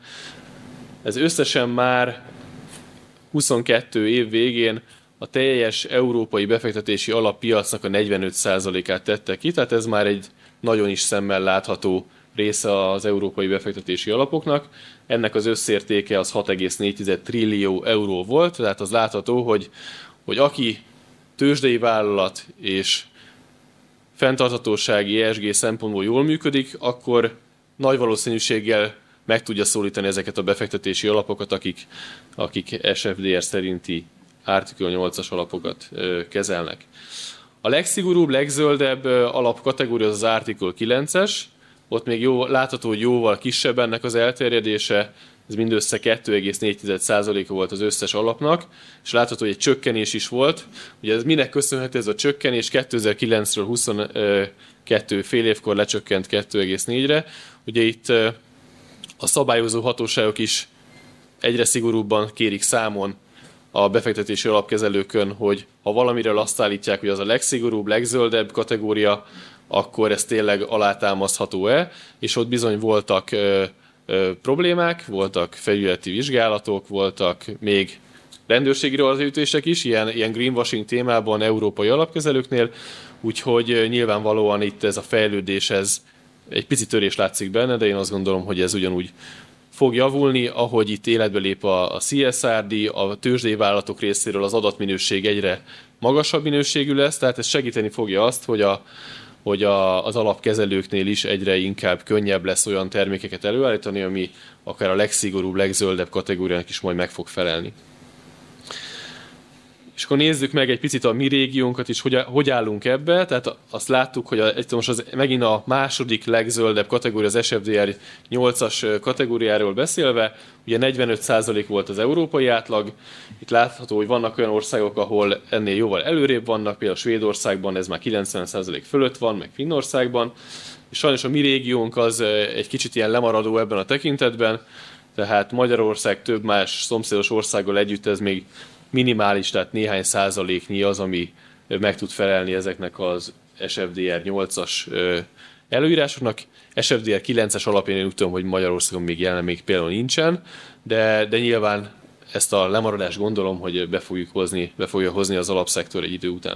Ez összesen már huszonkettő év végén a teljes európai befektetési alappiacnak a negyvenöt százalékát tette ki, tehát ez már egy nagyon is szemmel látható része az európai befektetési alapoknak. Ennek az összértéke az hat egész négy trillió euró volt, tehát az látható, hogy, hogy aki tőzsdei vállalat és fenntarthatósági é es gé szempontból jól működik, akkor nagy valószínűséggel meg tudja szólítani ezeket a befektetési alapokat, akik, akik es ef dé er szerinti Article nyolcas alapokat ö, kezelnek. A legszigorúbb, legzöldebb ö, alapkategória az az Article kilences, ott még jó, látható, hogy jóval kisebb ennek az elterjedése, ez mindössze kettő egész négy százaléka volt az összes alapnak, és látható, hogy egy csökkenés is volt. Ugye ez minek köszönhető ez a csökkenés? kétezer-kilencről huszonkettő fél évkor lecsökkent kettő egész négyre. Ugye itt ö, a szabályozó hatóságok is egyre szigorúbban kérik számon a befektetési alapkezelőkön, hogy ha valamiről azt állítják, hogy az a legszigorúbb, legzöldebb kategória, akkor ez tényleg alátámasztható-e, és ott bizony voltak ö, ö, problémák, voltak felügyeleti vizsgálatok, voltak még rendőrségi rajtaütések is, ilyen, ilyen greenwashing témában európai alapkezelőknél, úgyhogy nyilvánvalóan itt ez a fejlődés, ez egy pici törés látszik benne, de én azt gondolom, hogy ez ugyanúgy fog javulni, ahogy itt életbe lép a, a cé es er dé, a tőzsdei vállalatok részéről az adatminőség egyre magasabb minőségű lesz, tehát ez segíteni fogja azt, hogy, a, hogy a, az alapkezelőknél is egyre inkább könnyebb lesz olyan termékeket előállítani, ami akár a legszigorúbb, legzöldebb kategóriának is majd meg fog felelni. És akkor nézzük meg egy picit a mi régiónkat is, hogy, hogy állunk ebbe. Tehát azt láttuk, hogy a, most az, megint a második legzöldebb kategória, az es ef dé er nyolcas kategóriáról beszélve, ugye negyvenöt százalék volt az európai átlag. Itt látható, hogy vannak olyan országok, ahol ennél jóval előrébb vannak, például Svédországban ez már kilencven százalék fölött van, meg Finnországban. És sajnos a mi régiónk az egy kicsit ilyen lemaradó ebben a tekintetben, tehát Magyarország több más szomszédos országgal együtt ez még minimális, tehát néhány százaléknyi az, ami meg tud felelni ezeknek az es ef dé er nyolcas előírásoknak. es ef dé er kilences alapján én úgy tudom, hogy Magyarországon még jelen még például nincsen, de, de nyilván ezt a lemaradást gondolom, hogy be fogjuk hozni, be fogja hozni az alapszektor egy idő után.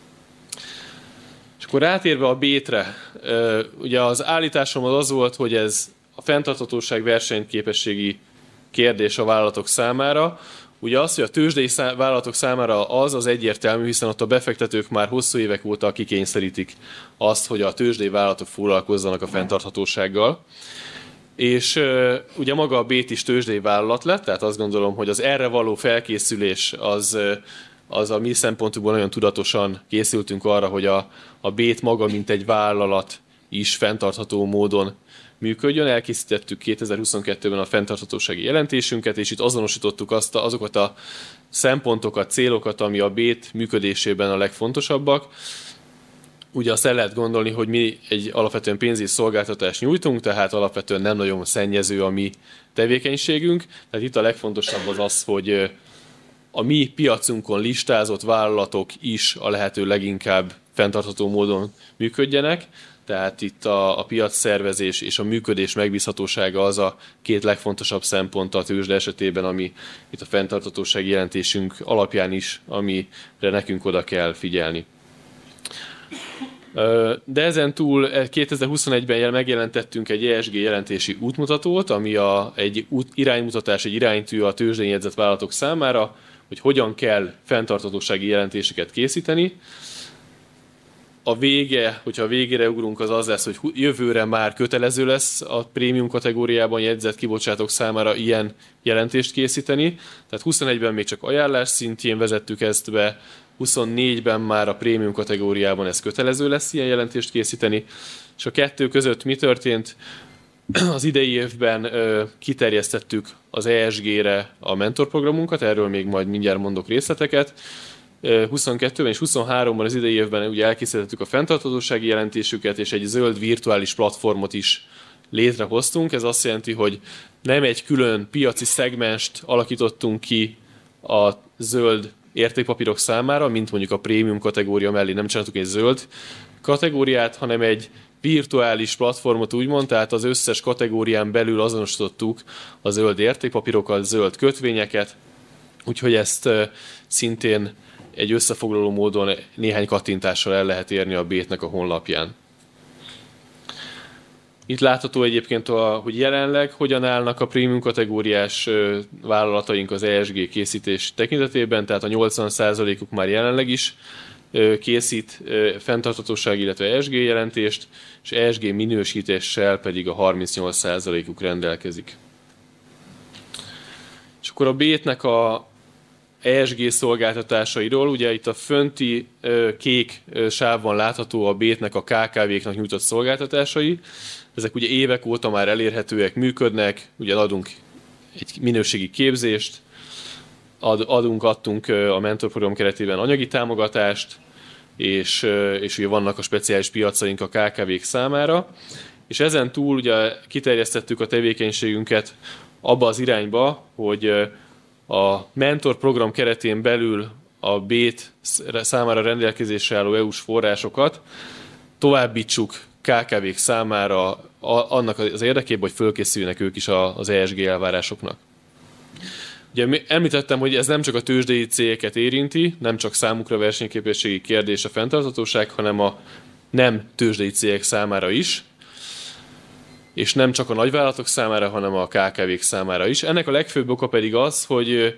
És akkor rátérve a bé-re, ugye az állításom az az volt, hogy ez a fenntarthatóság versenyképességi kérdés a vállalatok számára. Ugye az, hogy a tőzsdei szá- vállalatok számára az az egyértelmű, hiszen ott a befektetők már hosszú évek óta kikényszerítik azt, hogy a tőzsdei vállalatok foglalkozzanak a fenntarthatósággal. És uh, ugye maga a bé is tőzsdei vállalat lett, tehát azt gondolom, hogy az erre való felkészülés az, uh, az a mi szempontunkból nagyon tudatosan készültünk arra, hogy a, a bé-t maga, mint egy vállalat is fenntartható módon működjön. Elkészítettük kétezer-huszonkettőben a fenntarthatósági jelentésünket, és itt azonosítottuk azt a, azokat a szempontokat, célokat, ami a bé-t működésében a legfontosabbak. Ugye azt el lehet gondolni, hogy mi egy alapvetően pénzügyi szolgáltatást nyújtunk, tehát alapvetően nem nagyon szennyező a mi tevékenységünk. Tehát itt a legfontosabb az az, hogy a mi piacunkon listázott vállalatok is a lehető leginkább fenntartható módon működjenek. Tehát itt a, a piacszervezés és a működés megbízhatósága az a két legfontosabb szempont a tőzsde esetében, ami itt a fenntarthatósági jelentésünk alapján is, amire nekünk oda kell figyelni. De ezen túl kétezer-huszonegyben megjelentettünk egy é es gé jelentési útmutatót, ami a, egy út, iránymutatás, egy iránytű a tőzsdén jegyzett vállalatok számára, hogy hogyan kell fenntarthatósági jelentéseket készíteni. a vége, hogyha a végére ugrunk, az az lesz, hogy jövőre már kötelező lesz a prémium kategóriában jegyzett kibocsátók számára ilyen jelentést készíteni. Tehát huszonegyben még csak ajánlás szintjén vezettük ezt be, huszonnégyben már a prémium kategóriában ez kötelező lesz ilyen jelentést készíteni. És a kettő között mi történt? Az idei évben ö, kiterjesztettük az E S G-re a mentorprogramunkat, erről még majd mindjárt mondok részleteket. huszonkettőben és huszonháromban az idei évben ugye elkészítettük a fenntarthatósági jelentésüket, és egy zöld virtuális platformot is létrehoztunk. Ez azt jelenti, hogy nem egy külön piaci szegmenst alakítottunk ki a zöld értékpapírok számára, mint mondjuk a prémium kategória mellé nem csináltuk egy zöld kategóriát, hanem egy virtuális platformot úgymond, tehát az összes kategórián belül azonosítottuk a zöld értékpapírokat, zöld kötvényeket, úgyhogy ezt szintén egy összefoglaló módon néhány kattintással el lehet érni a Bét-nek a honlapján. Itt látható egyébként, hogy jelenleg hogyan állnak a prémium kategóriás vállalataink az E S G készítés tekintetében, tehát a nyolcvan százalékuk már jelenleg is készít fenntarthatóság, illetve E S G jelentést, és E S G minősítéssel pedig a harmincnyolc százalékuk rendelkezik. És akkor a Bét-nek a E S G szolgáltatásairól, ugye itt a fönti kék sávban látható a Bét-nek a K K V-knak nyújtott szolgáltatásai. Ezek ugye évek óta már elérhetőek, működnek, ugye adunk egy minőségi képzést, ad, adunk, adtunk a mentorprogram keretében anyagi támogatást, és, és ugye vannak a speciális piacaink a K K V-k számára, és ezen túl ugye kiterjesztettük a tevékenységünket abba az irányba, hogy a mentorprogram keretén belül a Bét számára rendelkezésre álló é u-s forrásokat továbbítsuk K K V-k számára annak az érdekében, hogy fölkészüljenek ők is az E S G elvárásoknak. Ugye említettem, hogy ez nem csak a tőzsdei cégeket érinti, nem csak számukra versenyképességi kérdés a fenntarthatóság, hanem a nem tőzsdei cégek számára is, és nem csak a nagyvállalatok számára, hanem a K K V-k számára is. Ennek a legfőbb oka pedig az, hogy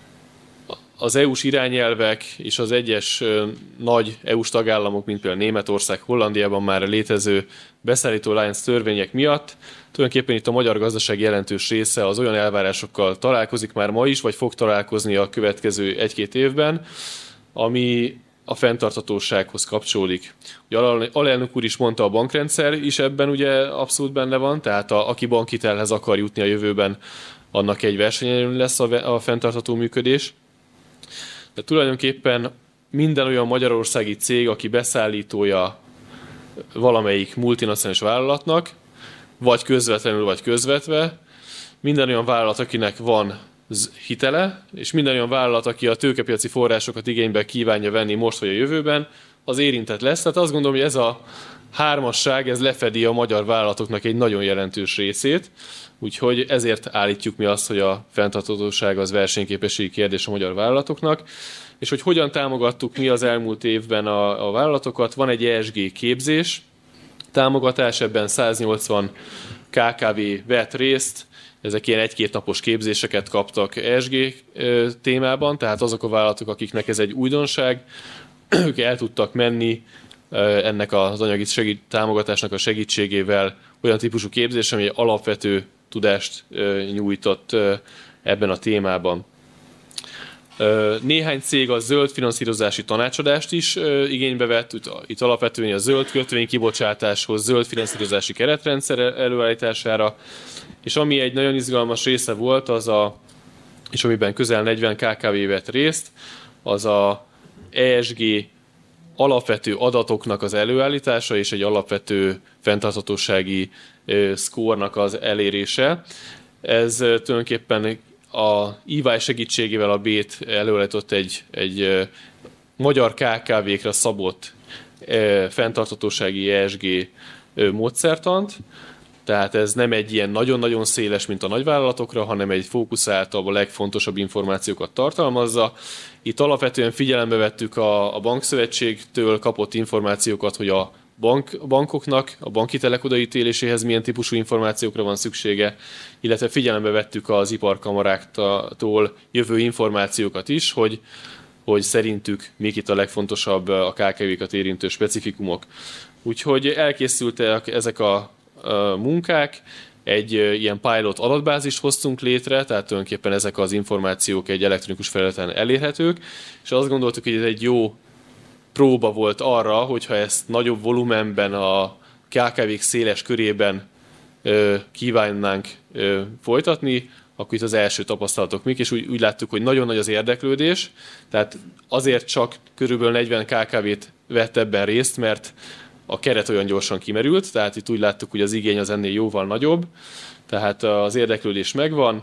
az é u-s irányelvek és az egyes nagy é u-s tagállamok, mint például Németország, Hollandiában már létező beszállító lánc törvények miatt tulajdonképpen itt a magyar gazdaság jelentős része az olyan elvárásokkal találkozik már ma is, vagy fog találkozni a következő egy-két évben, ami a fenntarthatósághoz kapcsolódik. Ugye alelnök úr is mondta, a bankrendszer is ebben ugye abszolút benne van, tehát a, aki bankhitelhez akar jutni a jövőben, annak egy versenyelőny lesz a, a fenntartható működés. De tulajdonképpen minden olyan magyarországi cég, aki beszállítója valamelyik multinacionális vállalatnak, vagy közvetlenül, vagy közvetve, minden olyan vállalat, akinek van hitele, és minden olyan vállalat, aki a tőkepiaci forrásokat igénybe kívánja venni most vagy a jövőben, az érintett lesz. Tehát azt gondolom, hogy ez a hármasság, ez lefedi a magyar vállalatoknak egy nagyon jelentős részét, úgyhogy ezért állítjuk mi azt, hogy a fenntarthatóság az versenyképességi kérdés a magyar vállalatoknak, és hogy hogyan támogattuk mi az elmúlt évben a, a vállalatokat. Van egy E S G képzés támogatás, ebben száznyolcvan K K V vett részt, ezek ilyen egy-két napos képzéseket kaptak E S G témában, tehát azok a vállalatok, akiknek ez egy újdonság, ők el tudtak menni ennek az anyagi segít, támogatásnak a segítségével olyan típusú képzés, ami egy alapvető tudást nyújtott ebben a témában. Néhány cég a zöld finanszírozási tanácsadást is igénybe vett, itt alapvetően a zöld kötvénykibocsátáshoz, zöld finanszírozási keretrendszer előállítására, és ami egy nagyon izgalmas része volt, az a, és amiben közel negyven K K V vett részt, az a E S G alapvető adatoknak az előállítása és egy alapvető fenntarthatósági szkórnak az elérése. Ez tulajdonképpen a E Y segítségével a Bét előállított egy, egy magyar K K V-kra szabott fenntarthatósági E S G módszertant, tehát ez nem egy ilyen nagyon-nagyon széles, mint a nagyvállalatokra, hanem egy fókuszáltabb, a legfontosabb információkat tartalmazza. Itt alapvetően figyelembe vettük a, a bankszövetségtől kapott információkat, hogy a bank, bankoknak, a bankhitelek odaítéléséhez milyen típusú információkra van szüksége, illetve figyelembe vettük az iparkamaráktól jövő információkat is, hogy hogy szerintük mik itt a legfontosabb a ká ká vé-kat érintő specifikumok. Úgyhogy elkészültek ezek a munkák, egy ilyen pilot adatbázist hoztunk létre, tehát tulajdonképpen ezek az információk egy elektronikus felületen elérhetők, és azt gondoltuk, hogy ez egy jó próba volt arra, hogyha ezt nagyobb volumenben a ká ká vé-k széles körében ö, kívánnánk ö, folytatni, akkor itt az első tapasztalatok mik, és úgy, úgy láttuk, hogy nagyon nagy az érdeklődés, tehát azért csak körülbelül negyven ká ká vé-t vett ebben részt, mert a keret olyan gyorsan kimerült, tehát itt úgy láttuk, hogy az igény az ennél jóval nagyobb, tehát az érdeklődés megvan.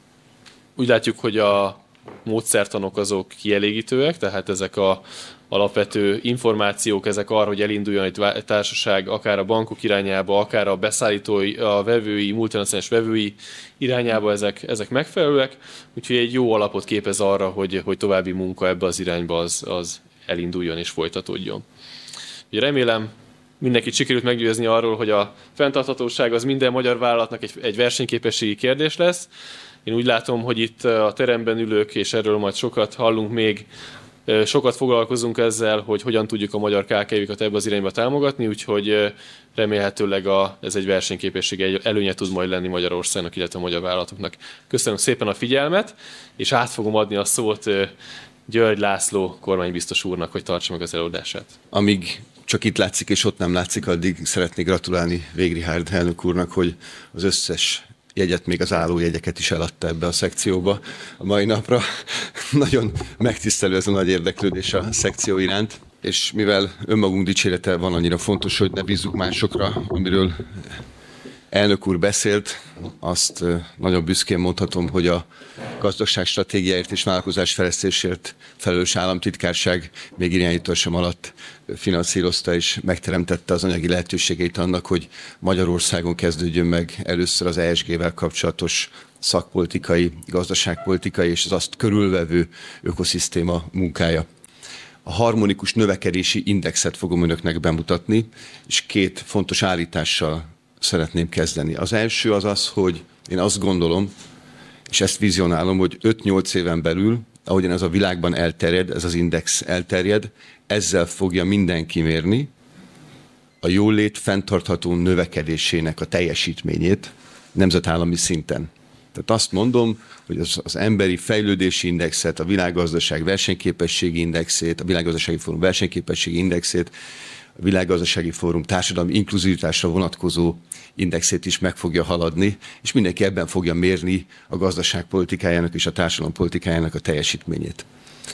Úgy látjuk, hogy a módszertanok azok kielégítőek, tehát ezek a alapvető információk, ezek arra, hogy elinduljon egy társaság akár a bankok irányába, akár a beszállítói, a vevői, multinacionális vevői irányába, ezek, ezek megfelelőek, úgyhogy egy jó alapot képez arra, hogy, hogy további munka ebbe az irányba az, az elinduljon és folytatódjon. Ugye remélem, mindenkit sikerült meggyőzni arról, hogy a fenntarthatóság az minden magyar vállalatnak egy, egy versenyképességi kérdés lesz. Én úgy látom, hogy itt a teremben ülők, és erről majd sokat hallunk még, sokat foglalkozunk ezzel, hogy hogyan tudjuk a magyar ká ká vé-kat ebbe az irányba támogatni, úgyhogy remélhetőleg a, ez egy versenyképességi előnye tud majd lenni Magyarországnak, illetve a magyar vállalatoknak. Köszönöm szépen a figyelmet, és át fogom adni a szót György László kormánybiztos úrnak, hogy tartsa meg az előadását. Amíg csak itt látszik, és ott nem látszik, addig szeretnék gratulálni Végrihárd elnök úrnak, hogy az összes jegyet, még az állójegyeket is eladta ebbe a szekcióba a mai napra. Nagyon megtisztelő ez a nagy érdeklődés a szekció iránt, és mivel önmagunk dicsérete van annyira fontos, hogy ne bízzuk másokra, amiről elnök úr beszélt, azt nagyon büszkén mondhatom, hogy a gazdaságstratégiáért és vállalkozásfejlesztésért felelős államtitkárság még irányításom alatt finanszírozta és megteremtette az anyagi lehetőségeit annak, hogy Magyarországon kezdődjön meg először az e es gé-vel kapcsolatos szakpolitikai, gazdaságpolitikai és az azt körülvevő ökoszisztéma munkája. A harmonikus növekedési indexet fogom önöknek bemutatni, és két fontos állítással szeretném kezdeni. Az első az az, hogy én azt gondolom, és ezt vizionálom, hogy öt-nyolc éven belül, ahogyan ez a világban elterjed, ez az index elterjed, ezzel fogja mindenki mérni a jólét fenntartható növekedésének a teljesítményét nemzetállami szinten. Tehát azt mondom, hogy az, az emberi fejlődési indexet, a világgazdaság versenyképességi indexét, a világgazdasági fórum versenyképességi indexét, a világgazdasági fórum társadalmi inkluzivitásra vonatkozó indexét is meg fogja haladni, és mindenki ebben fogja mérni a gazdaságpolitikájának és a társadalompolitikájának a teljesítményét.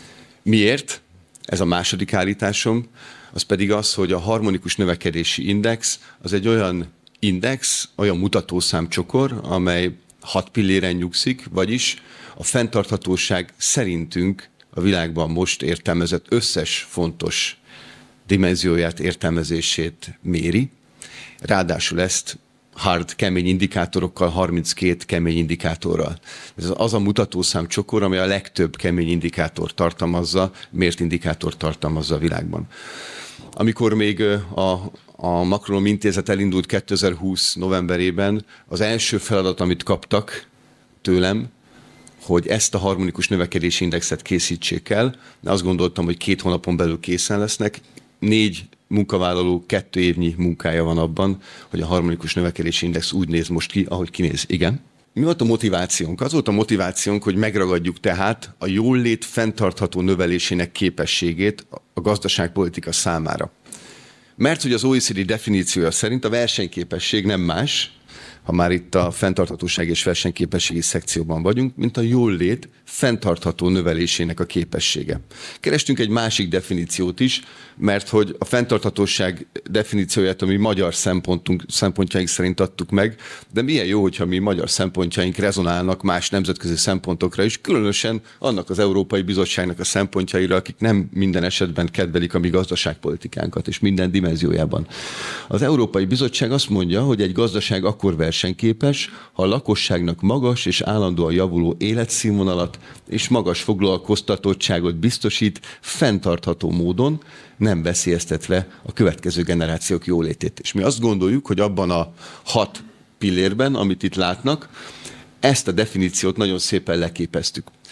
Miért? Ez a második állításom, az pedig az, hogy a harmonikus növekedési index az egy olyan index, olyan mutatószámcsokor, amely hat pilléren nyugszik, vagyis a fenntarthatóság szerintünk a világban most értelmezett összes fontos dimenzióját, értelmezését méri. Ráadásul ezt hard, kemény indikátorokkal, harminckét kemény indikátorral. Ez az a mutatószám csokor, amely a legtöbb kemény indikátor tartalmazza, mért indikátor tartalmazza a világban. Amikor még a, a Makronom Intézet elindult kétezer-húsz novemberében, az első feladat, amit kaptak tőlem, hogy ezt a harmonikus növekedési indexet készítsék el. Azt gondoltam, hogy két hónapon belül készen lesznek. Négy munkavállaló kettő évnyi munkája van abban, hogy a harmonikus növekedési index úgy néz most ki, ahogy kinéz. Igen. Mi volt a motivációnk? Az volt a motivációnk, hogy megragadjuk tehát a jólét fenntartható növelésének képességét a gazdaságpolitika számára. Mert hogy az o e cé dé definíciója szerint a versenyképesség nem más, ha már itt a fenntarthatóság és versenyképességi szekcióban vagyunk, mint a jólét fenntartható növelésének a képessége. Kerestünk egy másik definíciót is, mert hogy a fenntarthatóság definícióját, ami magyar szempontunk, szempontjaink szerint adtuk meg, de milyen jó, hogyha mi magyar szempontjaink rezonálnak más nemzetközi szempontokra is, különösen annak az Európai Bizottságnak a szempontjaira, akik nem minden esetben kedvelik a mi gazdaságpolitikánkat, és minden dimenziójában. Az Európai Bizottság azt mondja, hogy egy gazdaság akkor versenyképes, ha a lakosságnak magas és állandóan javuló életszínvonalat és magas foglalkoztatottságot biztosít fenntartható módon, nem veszélyeztetve a következő generációk jólétét. És mi azt gondoljuk, hogy abban a hat pillérben, amit itt látnak, ezt a definíciót nagyon szépen leképeztük.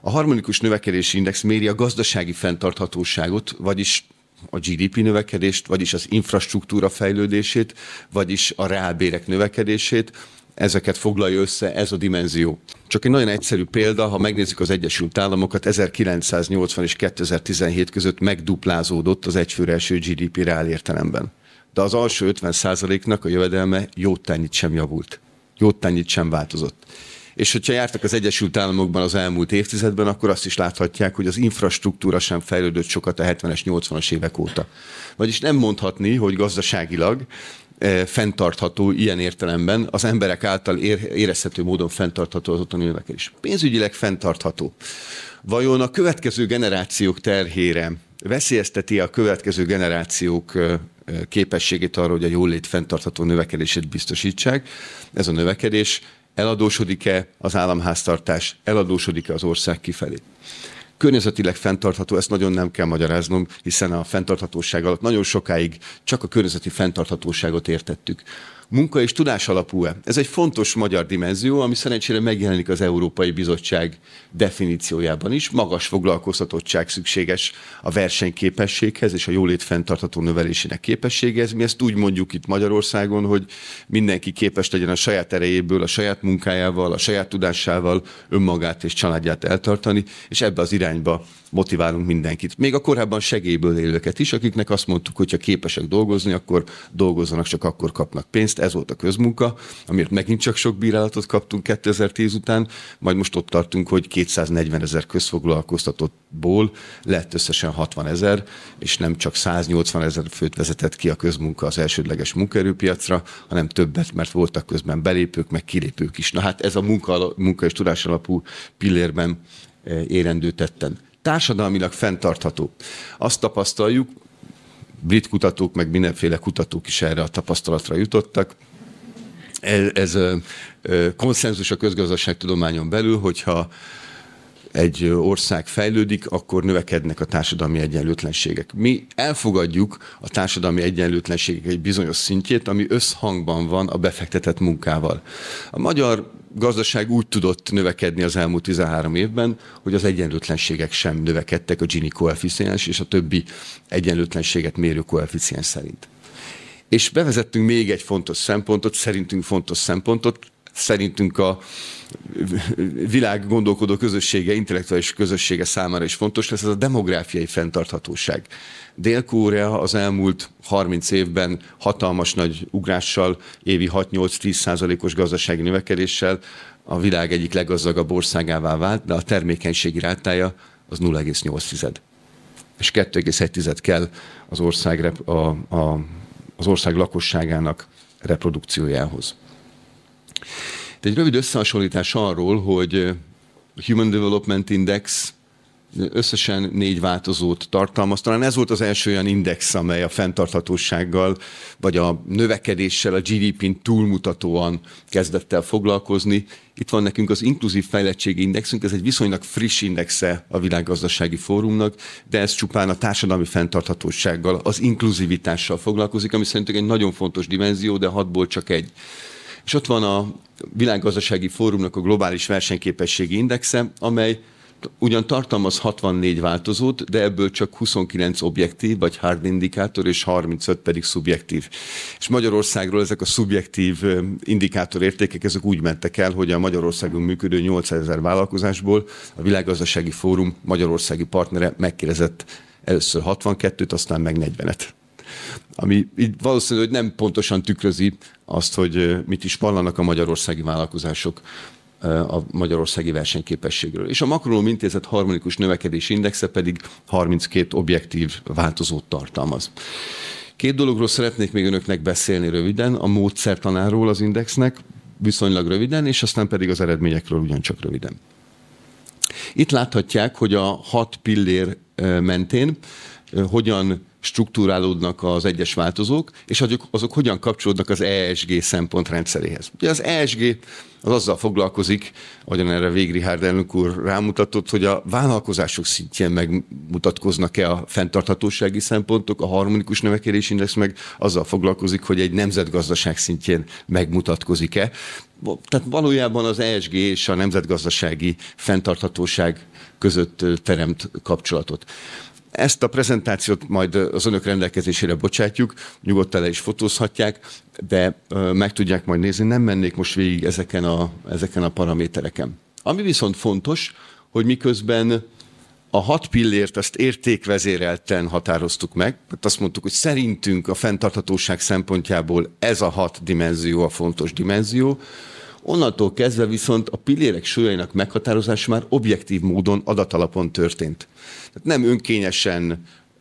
A harmonikus növekedési index méri a gazdasági fenntarthatóságot, vagyis a gé dé pé növekedést, vagyis az infrastruktúra fejlődését, vagyis a reálbérek növekedését. Ezeket foglalja össze ez a dimenzió. Csak egy nagyon egyszerű példa, ha megnézzük az Egyesült Államokat, ezerkilencszáznyolcvan és kétezer-tizenhét között megduplázódott az egyfőre eső gé dé pé reál értelemben. De az alsó ötven százaléknak a jövedelme jótányit sem javult. Jótányit sem változott. És hogyha jártak az Egyesült Államokban az elmúlt évtizedben, akkor azt is láthatják, hogy az infrastruktúra sem fejlődött sokat a hetvenes, nyolcvanas évek óta. Vagyis nem mondhatni, hogy gazdaságilag e, fenntartható ilyen értelemben, az emberek által ér, érezhető módon fenntartható az ottani növekedés. Pénzügyileg fenntartható. Vajon a következő generációk terhére veszélyezteti a következő generációk képességét arra, hogy a jólét fenntartható növekedését biztosítsák? Ez a növekedés eladósodik-e az államháztartás, eladósodik-e az ország kifelé? Környezetileg fenntartható, ezt nagyon nem kell magyaráznom, hiszen a fenntarthatóság alatt nagyon sokáig csak a környezeti fenntarthatóságot értettük. Munka és tudás alapú-e? Ez egy fontos magyar dimenzió, ami szerencsére megjelenik az Európai Bizottság definíciójában is. Magas foglalkoztatottság szükséges a versenyképességhez és a jólét fenntartható növelésének képességhez. Mi ezt úgy mondjuk itt Magyarországon, hogy mindenki képes legyen a saját erejéből, a saját munkájával, a saját tudásával önmagát és családját eltartani, és ebbe az irányba motiválunk mindenkit. Még a korábban segélyből élőket is, akiknek azt mondtuk, hogy ha képesek dolgozni, akkor dolgozzanak, csak akkor kapnak pénzt. Ez volt a közmunka, amiért megint csak sok bírálatot kaptunk kétezer-tíz után, majd most ott tartunk, hogy kétszáznegyvenezer közfoglalkoztatottból lett összesen hatvanezer, és nem csak száznyolcvanezer főt vezetett ki a közmunka az elsődleges munkaerőpiacra, hanem többet, mert voltak közben belépők, meg kilépők is. Na hát ez a munka, munka és tudás alapú pillérben érendő tetten. Társadalmilag fenntartható. Azt tapasztaljuk, brit kutatók, meg mindenféle kutatók is erre a tapasztalatra jutottak. Ez, ez konszenzus a közgazdaságtudományon belül, hogyha egy ország fejlődik, akkor növekednek a társadalmi egyenlőtlenségek. Mi elfogadjuk a társadalmi egyenlőtlenségek egy bizonyos szintjét, ami összhangban van a befektetett munkával. A magyar gazdaság úgy tudott növekedni az elmúlt tizenhárom évben, hogy az egyenlőtlenségek sem növekedtek a Gini koeficiens és a többi egyenlőtlenséget mérő koeficiens szerint. És bevezettünk még egy fontos szempontot, szerintünk fontos szempontot, szerintünk a világ gondolkodó közössége, intellektuális közössége számára is fontos lesz, ez a demográfiai fenntarthatóság. Dél-Korea az elmúlt harminc évben hatalmas nagy ugrással, évi hat-nyolc-tíz százalékos gazdasági növekedéssel a világ egyik leggazdagabb országává vált, de a termékenységi rátája az nulla egész nyolc tized. És kettő egész egy tized kell az ország, a, a, az ország lakosságának reprodukciójához. De egy rövid összehasonlítás arról, hogy Human Development Index összesen négy változót tartalmaz. Talán ez volt az első olyan index, amely a fenntarthatósággal, vagy a növekedéssel, a gé dé pén túlmutatóan kezdett el foglalkozni. Itt van nekünk az inkluzív fejlettségi indexünk, ez egy viszonylag friss indexe a Világgazdasági Fórumnak, de ez csupán a társadalmi fenntarthatósággal, az inkluzivitással foglalkozik, ami szerintünk egy nagyon fontos dimenzió, de hatból csak egy. És ott van a Világgazdasági Fórumnak a globális versenyképességi indexe, amely ugyan tartalmaz hatvannégy változót, de ebből csak huszonkilenc objektív, vagy hard indikátor, és harmincöt pedig szubjektív. És Magyarországról ezek a szubjektív indikátor értékek, ezek úgy mentek el, hogy a Magyarországon működő nyolcezer vállalkozásból a Világgazdasági Fórum magyarországi partnere megkérdezett először hatvankettőt, aztán meg negyvenet. Ami így valószínűleg nem pontosan tükrözi azt, hogy mit is vallanak a magyarországi vállalkozások a magyarországi versenyképességről. És a Makronom Intézet harmonikus növekedési indexe pedig harminckét objektív változót tartalmaz. Két dologról szeretnék még önöknek beszélni röviden, a módszertanáról az indexnek viszonylag röviden, és aztán pedig az eredményekről ugyancsak röviden. Itt láthatják, hogy a hat pillér mentén hogyan struktúrálódnak az egyes változók, és azok, azok hogyan kapcsolódnak az E S G szempontrendszeréhez. Ugye az E S G az azzal foglalkozik, ahogyan erre Végh Richárd elnök úr rámutatott, hogy a vállalkozások szintjén megmutatkoznak-e a fenntarthatósági szempontok, a harmonikus növekedési index meg azzal foglalkozik, hogy egy nemzetgazdaság szintjén megmutatkozik-e. Tehát valójában az E S G és a nemzetgazdasági fenntarthatóság között teremt kapcsolatot. Ezt a prezentációt majd az önök rendelkezésére bocsátjuk, nyugodtan le is fotózhatják, de meg tudják majd nézni, nem mennék most végig ezeken a, ezeken a paramétereken. Ami viszont fontos, hogy miközben a hat pillért ezt értékvezérelten határoztuk meg, tehát azt mondtuk, hogy szerintünk a fenntarthatóság szempontjából ez a hat dimenzió a fontos dimenzió, onnantól kezdve viszont a pillérek súlyainak meghatározása már objektív módon adatalapon történt. Tehát nem önkényesen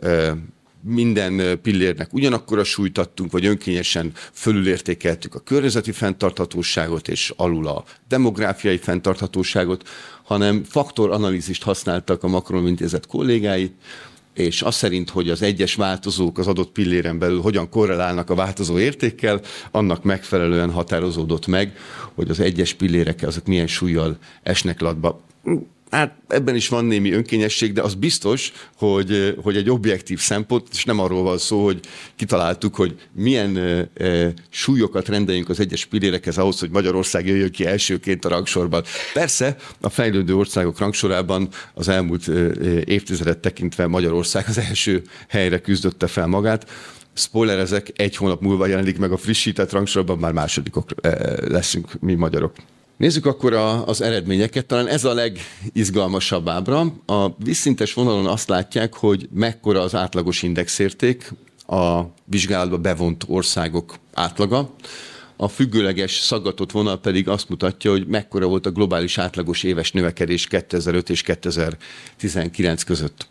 minden pillérnek ugyanakkor a súlyt adtunk, vagy önkényesen fölülértékeltük a környezeti fenntarthatóságot és alul a demográfiai fenntarthatóságot, hanem faktoranalízist használtak a Macron Intézet kollégái, és az szerint, hogy az egyes változók az adott pilléren belül hogyan korrelálnak a változó értékkel, annak megfelelően határozódott meg, hogy az egyes pillérek azok milyen súllyal esnek latba. Hát ebben is van némi önkényesség, de az biztos, hogy, hogy egy objektív szempont, és nem arról van szó, hogy kitaláltuk, hogy milyen e, e, súlyokat rendeljünk az egyes pillérekhez ahhoz, hogy Magyarország jöjjön ki elsőként a rangsorban. Persze a fejlődő országok rangsorában az elmúlt e, évtizedet tekintve Magyarország az első helyre küzdötte fel magát. Spoiler, ezek egy hónap múlva jelenik meg a frissített rangsorban, már másodikok e, leszünk mi magyarok. Nézzük akkor a, az eredményeket. Talán ez a legizgalmasabb ábra. A vízszintes vonalon azt látják, hogy mekkora az átlagos indexérték, a vizsgálatba bevont országok átlaga. A függőleges szaggatott vonal pedig azt mutatja, hogy mekkora volt a globális átlagos éves növekedés kétezer-öt és kétezer-tizenkilenc között.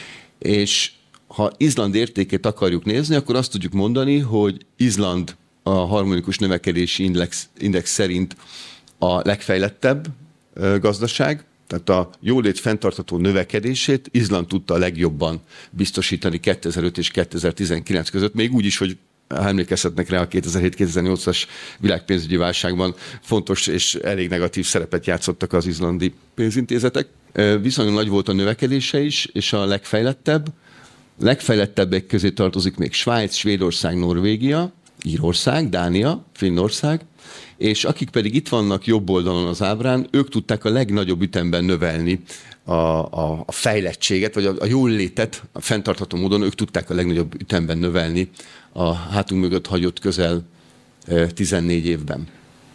És ha Izland értékét akarjuk nézni, akkor azt tudjuk mondani, hogy Izland a harmonikus növekedési index, index szerint a legfejlettebb gazdaság, tehát a jólét fenntartható növekedését Izland tudta a legjobban biztosítani kétezer-öt és kétezer-tizenkilenc között, még úgy is, hogy emlékezhetnek rá, a kétezer-hét-kétezer-nyolcas világpénzügyi válságban fontos és elég negatív szerepet játszottak az izlandi pénzintézetek. Viszonylag nagy volt a növekedése is, és a legfejlettebb. Legfejlettebbek közé tartozik még Svájc, Svédország, Norvégia, Írország, Dánia, Finnország, és akik pedig itt vannak jobb oldalon az ábrán, ők tudták a legnagyobb ütemben növelni a, a, a fejlettséget, vagy a, a jólétet, a fenntartható módon ők tudták a legnagyobb ütemben növelni a hátunk mögött hagyott közel tizennégy évben.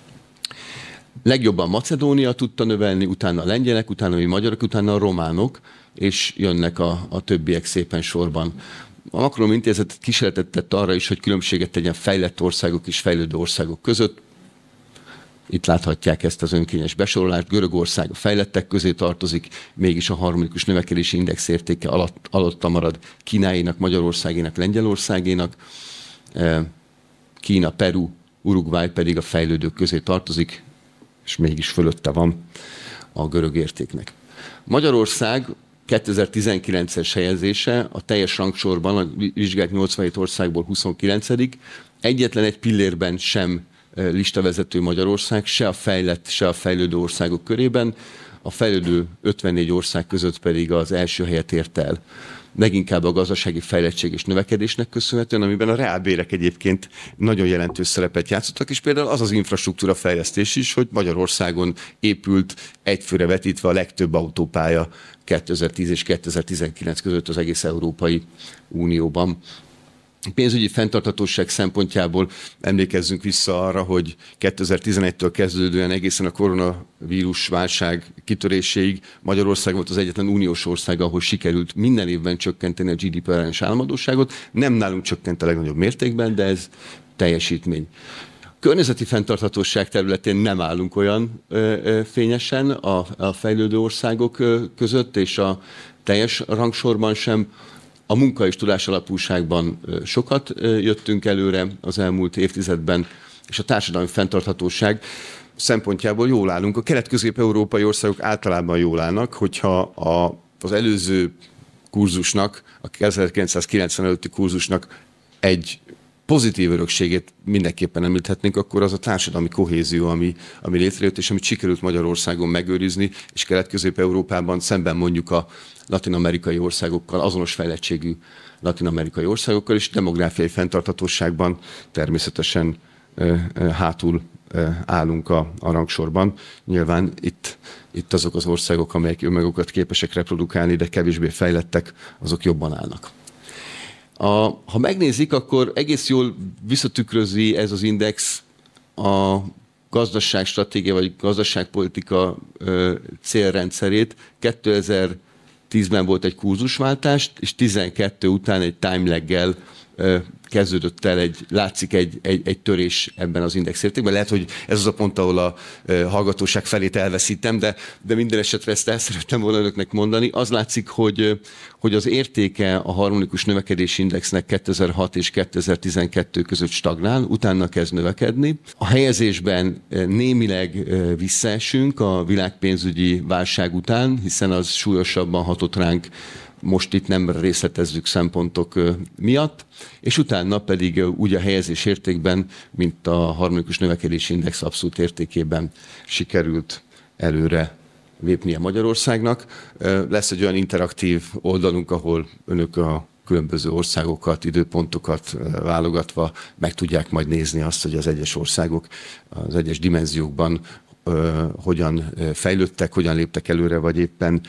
Legjobban Macedónia tudta növelni, utána a lengyelek, utána mi magyarok, utána a románok, és jönnek a, a többiek szépen sorban. A Macron Intézet kísérletet tett arra is, hogy különbséget tegyen fejlett országok és fejlődő országok között. Itt láthatják ezt az önkényes besorolást. Görögország a fejlettek közé tartozik, mégis a harmonikus növekedési index értéke alatt, alatta marad Kínáénak, Magyarországénak, Lengyelországénak. Kína, Peru, Uruguay pedig a fejlődők közé tartozik, és mégis fölötte van a görög értéknek. Magyarország kétezer-tizenkilences helyezése a teljes rangsorban, a vizsgált nyolcvanhét országból huszonkilencedik Egyetlen egy pillérben sem listavezető Magyarország, se a fejlett, se a fejlődő országok körében. A fejlődő ötvennégy ország között pedig az első helyet ért el. Leginkább a gazdasági fejlettség és növekedésnek köszönhetően, amiben a reálbérek egyébként nagyon jelentős szerepet játszottak, és például az az infrastruktúra fejlesztés is, hogy Magyarországon épült egyfőre vetítve a legtöbb autópálya kétezer-tíz és kétezer-tizenkilenc között az egész Európai Unióban. Pénzügyi fenntarthatóság szempontjából emlékezzünk vissza arra, hogy kétezer-tizenegytől kezdődően egészen a koronavírus válság kitöréséig Magyarország volt az egyetlen uniós ország, ahol sikerült minden évben csökkenteni a gé dé pé arányos államadósságot. Nem nálunk csökkent a legnagyobb mértékben, de ez teljesítmény. Környezeti fenntarthatóság területén nem állunk olyan ö, ö, fényesen a, a fejlődő országok ö, között, és a teljes rangsorban sem. A munka és tudás alapúságban sokat jöttünk előre az elmúlt évtizedben, és a társadalmi fenntarthatóság szempontjából jól állunk. A kelet-közép-európai országok általában jól állnak, hogyha a, az előző kurzusnak a ezerkilencszázkilencven előtti kurzusnak egy pozitív örökségét mindenképpen említhetnénk, akkor az a társadalmi kohézió, ami, ami létrejött, és amit sikerült Magyarországon megőrizni, és Kelet-Közép-Európában szemben mondjuk a latin-amerikai országokkal, azonos fejlettségű latin-amerikai országokkal, és demográfiai fenntarthatóságban természetesen ö, ö, hátul ö, állunk a, a rangsorban. Nyilván itt, itt azok az országok, amelyek önmagukat képesek reprodukálni, de kevésbé fejlettek, azok jobban állnak. A, ha megnézik, akkor egész jól visszatükrözi ez az index a gazdaságstratégia vagy gazdaságpolitika ö, célrendszerét. kétezer-tízben volt egy kurzusváltás, és tizenkettő után egy time lag-gel ö, kezdődött el, egy, látszik egy, egy, egy törés ebben az indexértékben. Lehet, hogy ez az a pont, ahol a ö, hallgatóság felét elveszítem, de, de minden esetre ezt el szerettem volna önöknek mondani. Az látszik, hogy, hogy az értéke a harmonikus növekedési indexnek kétezer-hat és kétezer-tizenkettő között stagnál, utána kezd növekedni. A helyezésben némileg visszaesünk a világpénzügyi válság után, hiszen az súlyosabban hatott ránk, most itt nem részletezzük szempontok miatt, és utána pedig úgy a helyezés értékben, mint a harmonikus növekedési index abszolút értékében sikerült előre lépnie Magyarországnak. Lesz egy olyan interaktív oldalunk, ahol önök a különböző országokat, időpontokat válogatva meg tudják majd nézni azt, hogy az egyes országok az egyes dimenziókban hogyan fejlődtek, hogyan léptek előre, vagy éppen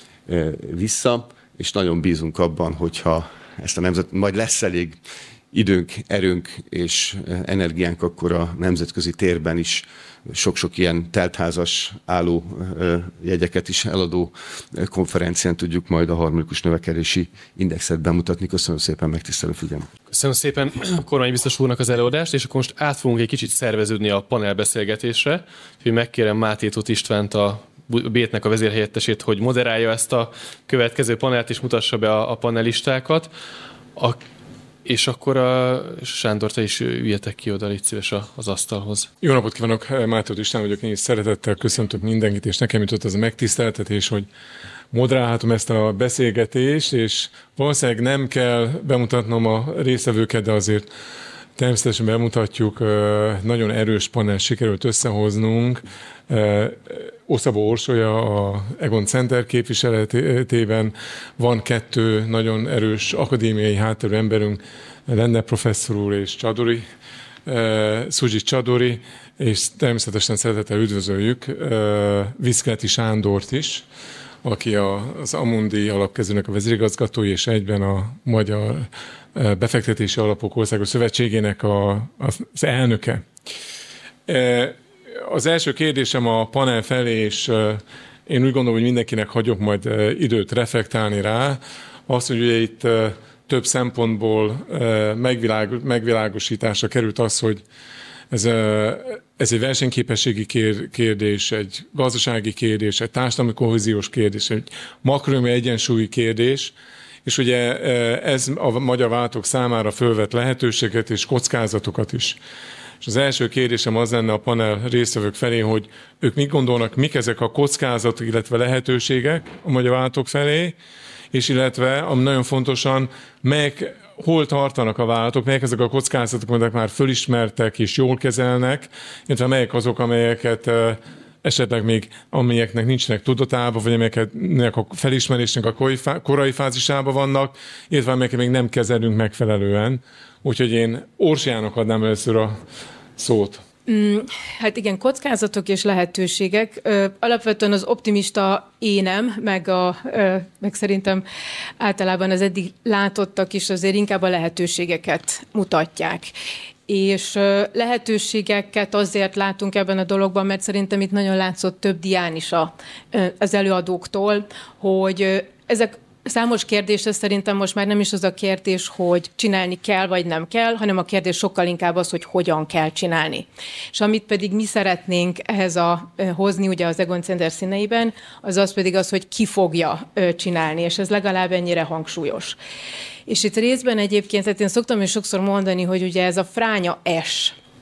vissza. És nagyon bízunk abban, hogyha ezt a nemzet, majd lesz elég időnk, erőnk és energiánk, akkor a nemzetközi térben is sok-sok ilyen teltházas álló jegyeket is eladó konferencián tudjuk majd a harmonikus növekedési indexet bemutatni. Köszönöm szépen megtisztelő figyelmet. Köszönöm szépen a kormánybiztos úrnak az előadást, és akkor most át fogunk egy kicsit szerveződni a panelbeszélgetésre, úgyhogy megkérem Máté Tóth Istvánt, a Bétnek a vezérhelyettesét, hogy moderálja ezt a következő panelt, és mutassa be a, a panelistákat. A, és akkor a Sándor, te is üljetek ki oda, légy szíves az asztalhoz. Jó napot kívánok, Máté Tóth István vagyok, én is szeretettel köszöntök mindenkit, és nekem jutott ez a megtiszteltetés, hogy moderálhatom ezt a beszélgetést, és valószínűleg nem kell bemutatnom a résztvevőket, de azért természetesen bemutatjuk, nagyon erős panel sikerült összehoznunk. Oszabó Orsolya a Egon Center képviseletében, van kettő nagyon erős akadémiai hátterű emberünk, Lenne professzor úr és Csadori, Szuzsi Csadori, és természetesen szeretettel üdvözöljük Viszkeleti Sándort is, aki az Amundi alapkezelőnek a vezérigazgatója, és egyben a Magyar Befektetési Alapok Országos Szövetségének a, az elnöke. Az első kérdésem a panel felé, és én úgy gondolom, hogy mindenkinek hagyok majd időt reflektálni rá, az, hogy ugye itt több szempontból megvilág, megvilágosításra került az, hogy ez, ez egy versenyképességi kérdés, egy gazdasági kérdés, egy társadalmi kohéziós kérdés, egy makroökonomiai egyensúlyi kérdés, és ugye ez a magyar vállalatok számára fölvet lehetőséget és kockázatokat is. És az első kérdésem az lenne a panel résztvevők felé, hogy ők mit gondolnak, mik ezek a kockázatok, illetve lehetőségek a magyar vállalatok felé, és illetve, ami nagyon fontosan, melyek, hol tartanak a vállalatok, melyek ezek a kockázatok, amelyek már fölismertek és jól kezelnek, illetve melyek azok, amelyeket esetleg még, amelyeknek nincsenek tudatában, vagy amelyeknek a felismerésnek a korai fázisában vannak, illetve amelyeket még nem kezelünk megfelelően. Úgyhogy én Orsiának adnám először a szót. Mm, hát igen, kockázatok és lehetőségek. Ö, alapvetően az optimista énem, meg, a, ö, meg szerintem általában az eddig látottak is azért inkább a lehetőségeket mutatják. És ö, lehetőségeket azért látunk ebben a dologban, mert szerintem itt nagyon látszott több dián is a, ö, az előadóktól, hogy ö, ezek számos kérdésre szerintem most már nem is az a kérdés, hogy csinálni kell, vagy nem kell, hanem a kérdés sokkal inkább az, hogy hogyan kell csinálni. És amit pedig mi szeretnénk ehhez a, hozni ugye az Egon Center színeiben, az az pedig az, hogy ki fogja csinálni, és ez legalább ennyire hangsúlyos. És itt részben egyébként, tehát én szoktam is sokszor mondani, hogy ugye ez a fránya S,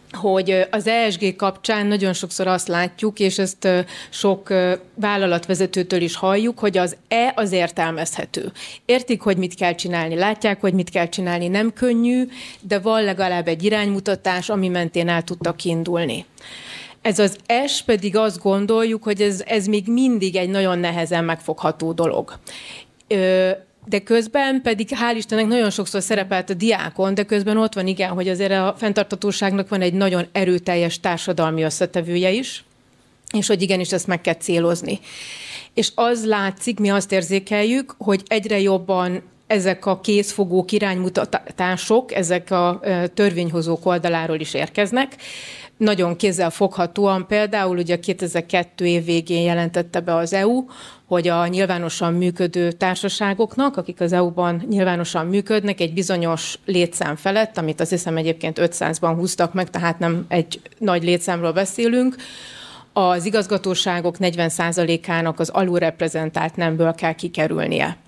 hogy az E S G kapcsán nagyon sokszor azt látjuk, és ezt sok vállalatvezetőtől is halljuk, hogy az E az értelmezhető. Értik, hogy mit kell csinálni, látják, hogy mit kell csinálni, nem könnyű, de van legalább egy iránymutatás, ami mentén el tudtak indulni. Ez az S pedig azt gondoljuk, hogy ez, ez még mindig egy nagyon nehezen megfogható dolog. Ö, De közben pedig hál' Istennek nagyon sokszor szerepelt a diákon, de közben ott van igen, hogy azért a fenntarthatóságnak van egy nagyon erőteljes társadalmi összetevője is, és hogy igenis ezt meg kell célozni. És az látszik, mi azt érzékeljük, hogy egyre jobban ezek a kézfogók, iránymutatások, ezek a törvényhozók oldaláról is érkeznek. Nagyon kézzelfoghatóan, például ugye kétezer-kettő év végén jelentette be az é u, hogy a nyilvánosan működő társaságoknak, akik az é u-ban nyilvánosan működnek, egy bizonyos létszám felett, amit azt hiszem egyébként ötszázban húztak meg, tehát nem egy nagy létszámról beszélünk, az igazgatóságok negyven százalékának az alulreprezentált nemből kell kikerülnie.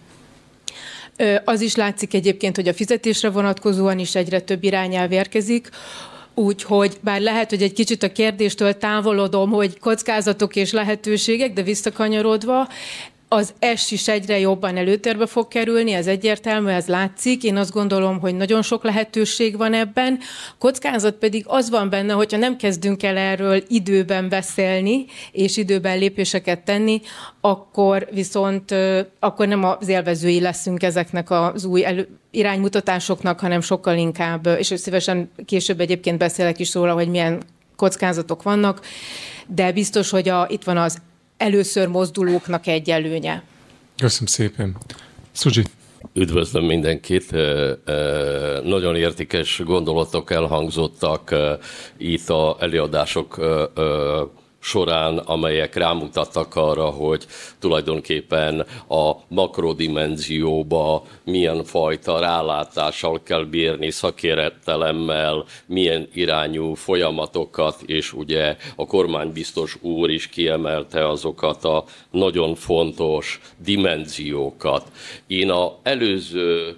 Az is látszik egyébként, hogy a fizetésre vonatkozóan is egyre több irányelv érkezik, úgyhogy bár lehet, hogy egy kicsit a kérdéstől távolodom, hogy kockázatok és lehetőségek, de visszakanyarodva, az S is egyre jobban előtérbe fog kerülni, ez egyértelmű, ez látszik. Én azt gondolom, hogy nagyon sok lehetőség van ebben. Kockázat pedig az van benne, hogyha nem kezdünk el erről időben beszélni, és időben lépéseket tenni, akkor viszont akkor nem az élvezői leszünk ezeknek az új elő, iránymutatásoknak, hanem sokkal inkább, és szívesen később egyébként beszélek is róla, hogy milyen kockázatok vannak, de biztos, hogy a, itt van az először mozdulóknak egy előnye. Köszönöm szépen. Szuzsi. Üdvözlöm mindenkit. Nagyon értékes gondolatok elhangzottak itt a előadások során, amelyek rámutattak arra, hogy tulajdonképpen a makrodimenzióba milyen fajta rálátással kell bírni, szakértelemmel, milyen irányú folyamatokat, és ugye a kormánybiztos úr is kiemelte azokat a nagyon fontos dimenziókat. Én az előző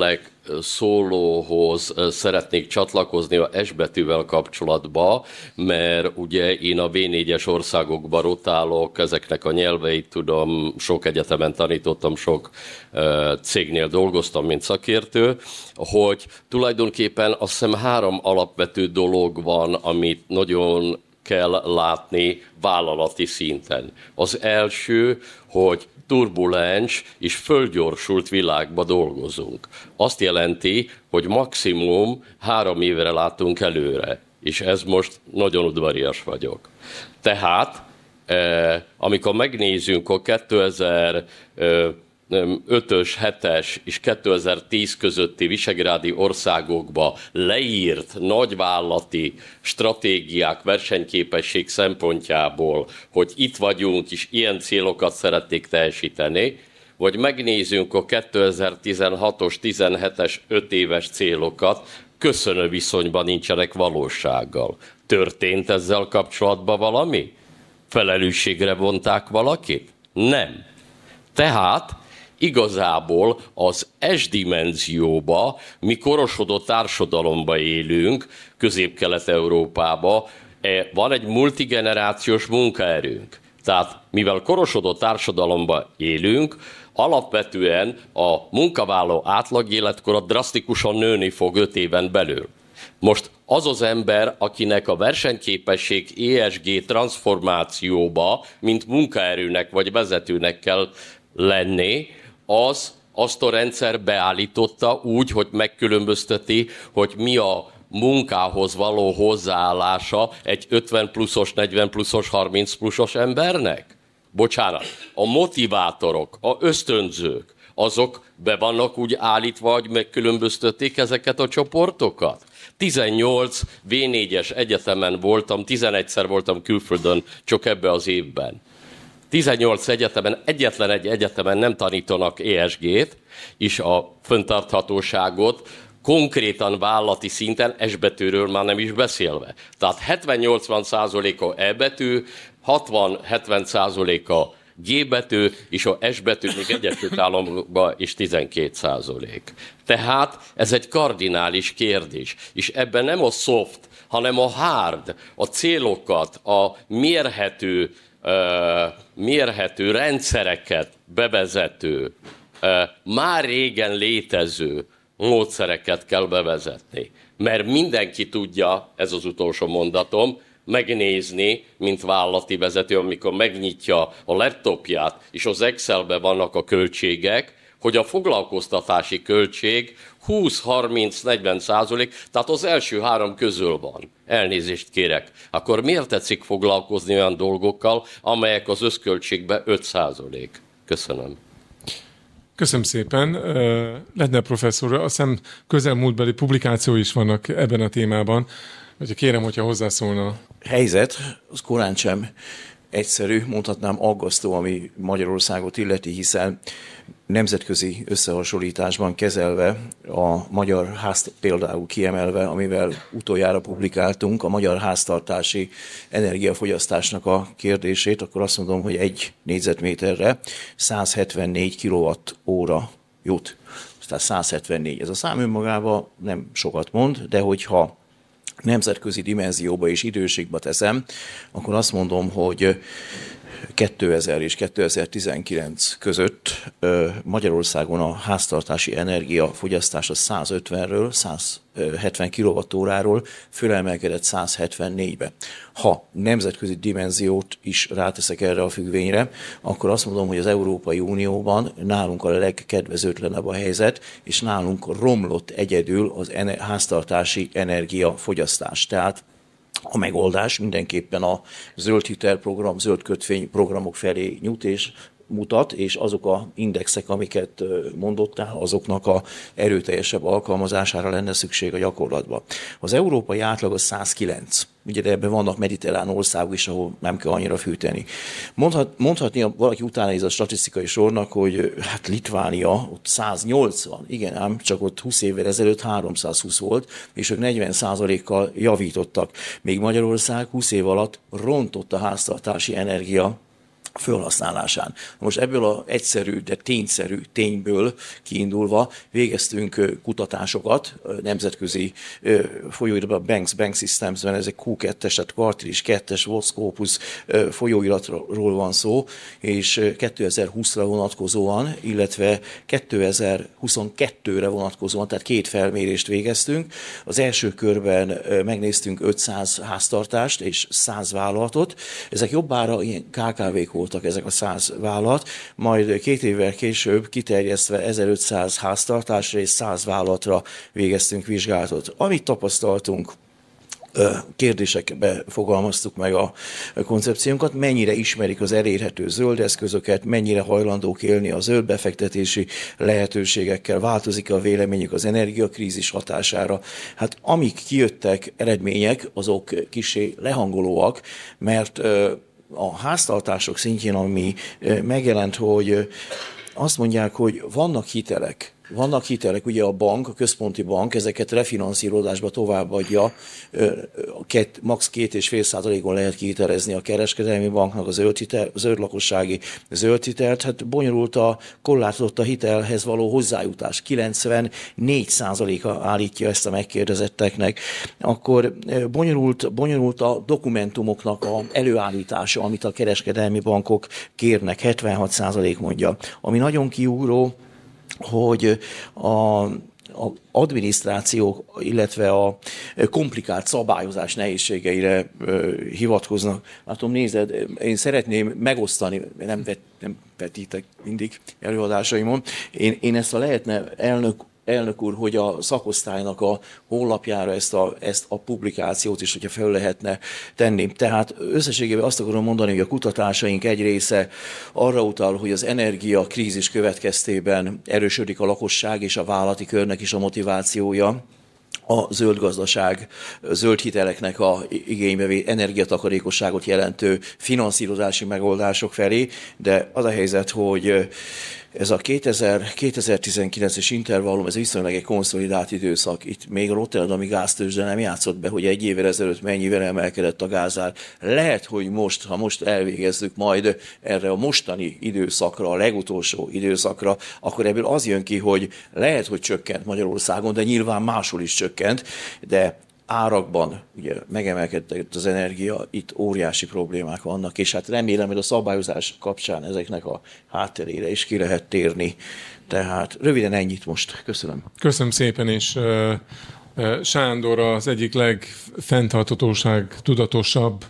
legszólóhoz szeretnék csatlakozni a S betűvel kapcsolatba, mert ugye én a vé négyes országokban rotálok, ezeknek a nyelveit tudom, sok egyetemen tanítottam, sok cégnél dolgoztam, mint szakértő, hogy tulajdonképpen azt hiszem három alapvető dolog van, amit nagyon kell látni vállalati szinten. Az első, hogy turbulens és fölgyorsult világba dolgozunk. Azt jelenti, hogy maximum három évre látunk előre, és ez most nagyon udvarias vagyok. Tehát, eh, amikor megnézzünk a kétezer-ötös, hetes és kétezer-tíz közötti visegrádi országokba leírt nagyvállalati stratégiák, versenyképesség szempontjából, hogy itt vagyunk és ilyen célokat szeretnék teljesíteni, vagy megnézzünk a kétezer-tizenhatos, tizenhetes, öt éves célokat, köszönő viszonyban nincsenek valósággal. Történt ezzel kapcsolatban valami? Felelősségre vonták valakit? Nem. Tehát igazából az S dimenzióba, mi korosodott társadalomba élünk, Közép-Kelet-Európába, van egy multigenerációs munkaerőnk. Tehát mivel korosodott társadalomba élünk, alapvetően a munkavállaló átlagéletkora drasztikusan nőni fog öt éven belül. Most az az ember, akinek a versenyképesség E S G transformációba, mint munkaerőnek vagy vezetőnek kell lenni, az azt a rendszer beállította úgy, hogy megkülönbözteti, hogy mi a munkához való hozzáállása egy ötven pluszos, negyven pluszos, harminc pluszos embernek? Bocsánat, a motivátorok, a ösztönzők, azok be vannak úgy állítva, hogy megkülönböztették ezeket a csoportokat? tizennyolc vé négyes egyetemen voltam, tizenegyszer voltam külföldön csak ebbe az évben. tizennyolc egyetemen, egyetlen egy egyetemen nem tanítanak E S G-t, és a fenntarthatóságot, konkrétan vállalati szinten, S betűről már nem is beszélve. Tehát hetven-nyolcvan százaléka E betű, hatvan-hetven százaléka G betű, és a S betű még Egyesült Államokban is tizenkét százalék. Tehát ez egy kardinális kérdés, és ebben nem a soft, hanem a hard, a célokat, a mérhető, mérhető rendszereket bevezető, már régen létező módszereket kell bevezetni. Mert mindenki tudja, ez az utolsó mondatom, megnézni, mint vállalati vezető, amikor megnyitja a laptopját, és az Excelben vannak a költségek, hogy a foglalkoztatási költség húsz-harminc-negyven százalék, tehát az első három közül van. Elnézést kérek. Akkor miért tetszik foglalkozni olyan dolgokkal, amelyek az összköltségben öt százalék? Köszönöm. Köszönöm szépen. Ledner professzor, azt hiszem közelmúltbeli publikációi is vannak ebben a témában. Hogyha kérem, hogyha hozzászólna. Helyzet, az korán sem egyszerű, mondhatnám aggasztó, ami Magyarországot illeti, hiszen nemzetközi összehasonlításban kezelve a magyar ház például kiemelve, amivel utoljára publikáltunk, a magyar háztartási energiafogyasztásnak a kérdését, akkor azt mondom, hogy egy négyzetméterre száz hetvennégy kilowatt-óra jut. Tehát száz hetvennégy. Ez a szám önmagában nem sokat mond, de hogyha nemzetközi dimenzióba és időségbe teszem, akkor azt mondom, hogy kétezer és kétezer-tizenkilenc között Magyarországon a háztartási energiafogyasztása száz ötvenről száz hetven kilowattóráról fölemelkedett száz hetvennégybe. Ha nemzetközi dimenziót is ráteszek erre a függvényre, akkor azt mondom, hogy az Európai Unióban nálunk a legkedvezőtlenebb a helyzet, és nálunk romlott egyedül az háztartási energiafogyasztás. Tehát a megoldás mindenképpen a zöld hitelprogram, zöld kötvényprogramok felé nyújt és mutat, és azok a indexek, amiket mondottál, azoknak a erőteljesebb alkalmazására lenne szükség a gyakorlatban. Az európai átlag az száz kilenc. Ugye de ebben vannak mediterrán országok is, ahol nem kell annyira fűteni. Mondhat, mondhatni valaki utána ez a statisztikai sornak, hogy hát Litvánia ott száz nyolcvan, igen ám, csak ott húsz évvel ezelőtt háromszázhúsz volt, és ők negyven százalékkal javítottak. Még Magyarország húsz év alatt rontott a háztartási energia felhasználásán. Most ebből az egyszerű, de tényszerű tényből kiindulva végeztünk kutatásokat nemzetközi folyóiratban, Banks, Bank Systems-ben, ez egy kú kettes, tehát Quartilis kettes, Voxcopus folyóiratról van szó, és kétezer-húszra vonatkozóan, illetve kétezer-huszonkettőre vonatkozóan, tehát két felmérést végeztünk. Az első körben megnéztünk ötszáz háztartást és száz vállalatot. Ezek jobbára ilyen ká ká vék voltak ezek a száz vállalat, majd két évvel később kiterjesztve ezerötszáz háztartásra és száz vállalatra végeztünk vizsgálatot. Amit tapasztaltunk, kérdésekbe fogalmaztuk meg a koncepciónkat, mennyire ismerik az elérhető zöld eszközöket, mennyire hajlandók élni a zöld befektetési lehetőségekkel, változik a véleményük az energiakrízis hatására. Hát amik kijöttek eredmények, azok kissé lehangolóak, mert a háztartások szintjén, ami megjelent, hogy azt mondják, hogy vannak hitelek, vannak hitelek, ugye a bank, a központi bank ezeket refinanszírozásba továbbadja, két, max. két és fél százalékon lehet kihitelezni a kereskedelmi banknak a zöld, hitel, zöld lakossági zöld hitelt, hát bonyolult a korlátozott a hitelhez való hozzájutás, kilencvennégy százaléka állítja ezt a megkérdezetteknek, akkor bonyolult, bonyolult a dokumentumoknak a előállítása, amit a kereskedelmi bankok kérnek, hetvenhat százalék mondja, ami nagyon kiugró, hogy a a adminisztrációk, illetve a komplikált szabályozás nehézségeire hivatkoznak. Látom, nézed, én szeretném megosztani, nem, vet, nem vetítek mindig előadásaimon, én, én ezt a lehetne elnök Elnök úr, hogy a szakosztálynak a honlapjára ezt a, ezt a publikációt is, hogyha fel lehetne tenni. Tehát összességében azt akarom mondani, hogy a kutatásaink egy része arra utal, hogy az energiakrízis következtében erősödik a lakosság és a vállalati körnek is a motivációja a zöld gazdaság, zöld hiteleknek a igénybe energiatakarékosságot jelentő finanszírozási megoldások felé, de az a helyzet, hogy ez a kétezer-tizenkilences intervallum, ez viszonylag egy konszolidált időszak. Itt még a rotterdami gáztőzsde nem játszott be, hogy egy évvel ezelőtt mennyivel emelkedett a gázár. Lehet, hogy most, ha most elvégezzük majd erre a mostani időszakra, a legutolsó időszakra, akkor ebből az jön ki, hogy lehet, hogy csökkent Magyarországon, de nyilván máshol is csökkent, de árakban ugye megemelkedett az energia, itt óriási problémák vannak, és hát remélem, hogy a szabályozás kapcsán ezeknek a hátterére is ki lehet térni. Tehát röviden ennyit most. Köszönöm. Köszönöm szépen, és uh, uh, Sándor az egyik legfenntarthatóság tudatosabb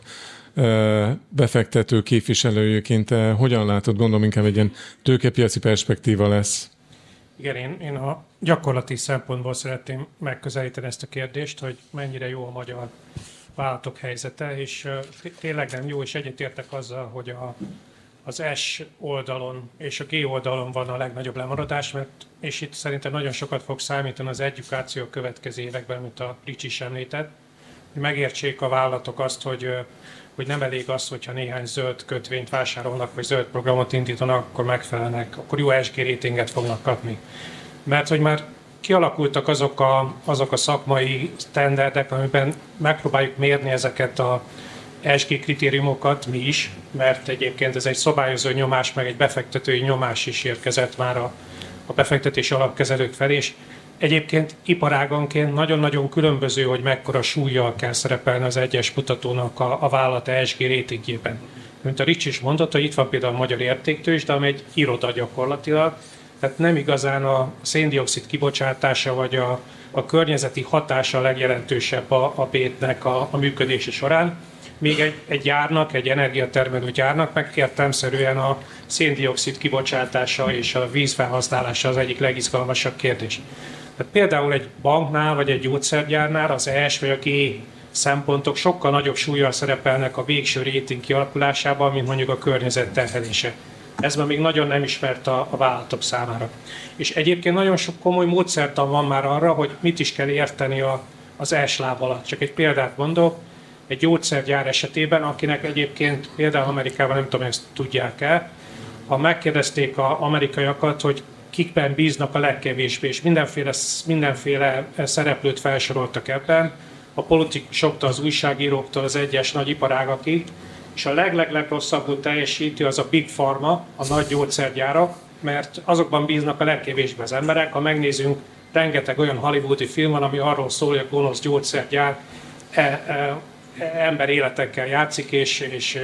uh, befektető képviselőjéként uh, hogyan látod, gondolom inkább egy ilyen tőkepiaci perspektíva lesz? Igen, én, én a gyakorlati szempontból szeretném megközelíteni ezt a kérdést, hogy mennyire jó a magyar vállalatok helyzete, és uh, tényleg nem jó, és egyetértek azzal, hogy a az S oldalon és a G oldalon van a legnagyobb lemaradás, mert, és itt szerintem nagyon sokat fog számítani az edukáció következő években, mint a Ricsi is említett, hogy megértsék a vállalatok azt, hogy, hogy nem elég az, hogyha néhány zöld kötvényt vásárolnak, vagy zöld programot indítanak, akkor megfelelnek, akkor jó es gé ratinget fognak kapni. Mert hogy már kialakultak azok a, azok a szakmai standardek, amiben megpróbáljuk mérni ezeket a es gé kritériumokat mi is, mert egyébként ez egy szabályozó nyomás, meg egy befektetői nyomás is érkezett már a, a befektetési alapkezelők felé, és egyébként iparáganként nagyon-nagyon különböző, hogy mekkora súllyal kell szerepelni az egyes mutatónak a, a vállalata es gé ratingjében. Mint a Ricsi is mondotta, itt van például a magyar értéktőzsde, ami egy iroda gyakorlatilag, tehát nem igazán a széndioxid kibocsátása vagy a, a környezeti hatása a legjelentősebb a, a bétnek a, a működése során. Még egy, egy gyárnak, egy energiatermelő gyárnak meg értelemszerűen a széndioxid kibocsátása és a vízfelhasználása az egyik legizgalmasabb kérdés. Tehát például egy banknál vagy egy gyógyszergyárnál az E S vagy a G szempontok sokkal nagyobb súllyal szerepelnek a végső rating kialakulásában, mint mondjuk a környezet terhelése. Ez már még nagyon nem ismert a, a vállalatok számára. És egyébként nagyon sok komoly módszertan van már arra, hogy mit is kell érteni a, az E S láb alatt. Csak egy példát mondok, egy gyógyszergyár esetében, akinek egyébként például Amerikában, nem tudom, ezt tudják-e, ha megkérdezték az amerikaiakat, hogy kikben bíznak a legkevésbé, és mindenféle, mindenféle szereplőt felsoroltak ebben, a politikusoktól, az újságíróktól, az egyes nagy iparágakig, és a leg-leg-legrosszabbul teljesítő az a Big Pharma, a nagy gyógyszergyárak, mert azokban bíznak a legkevésbé az emberek. Ha megnézzünk, rengeteg olyan hollywoodi film van, ami arról szól, hogy a gonosz gyógyszergyár e, e, ember életekkel játszik, és, és,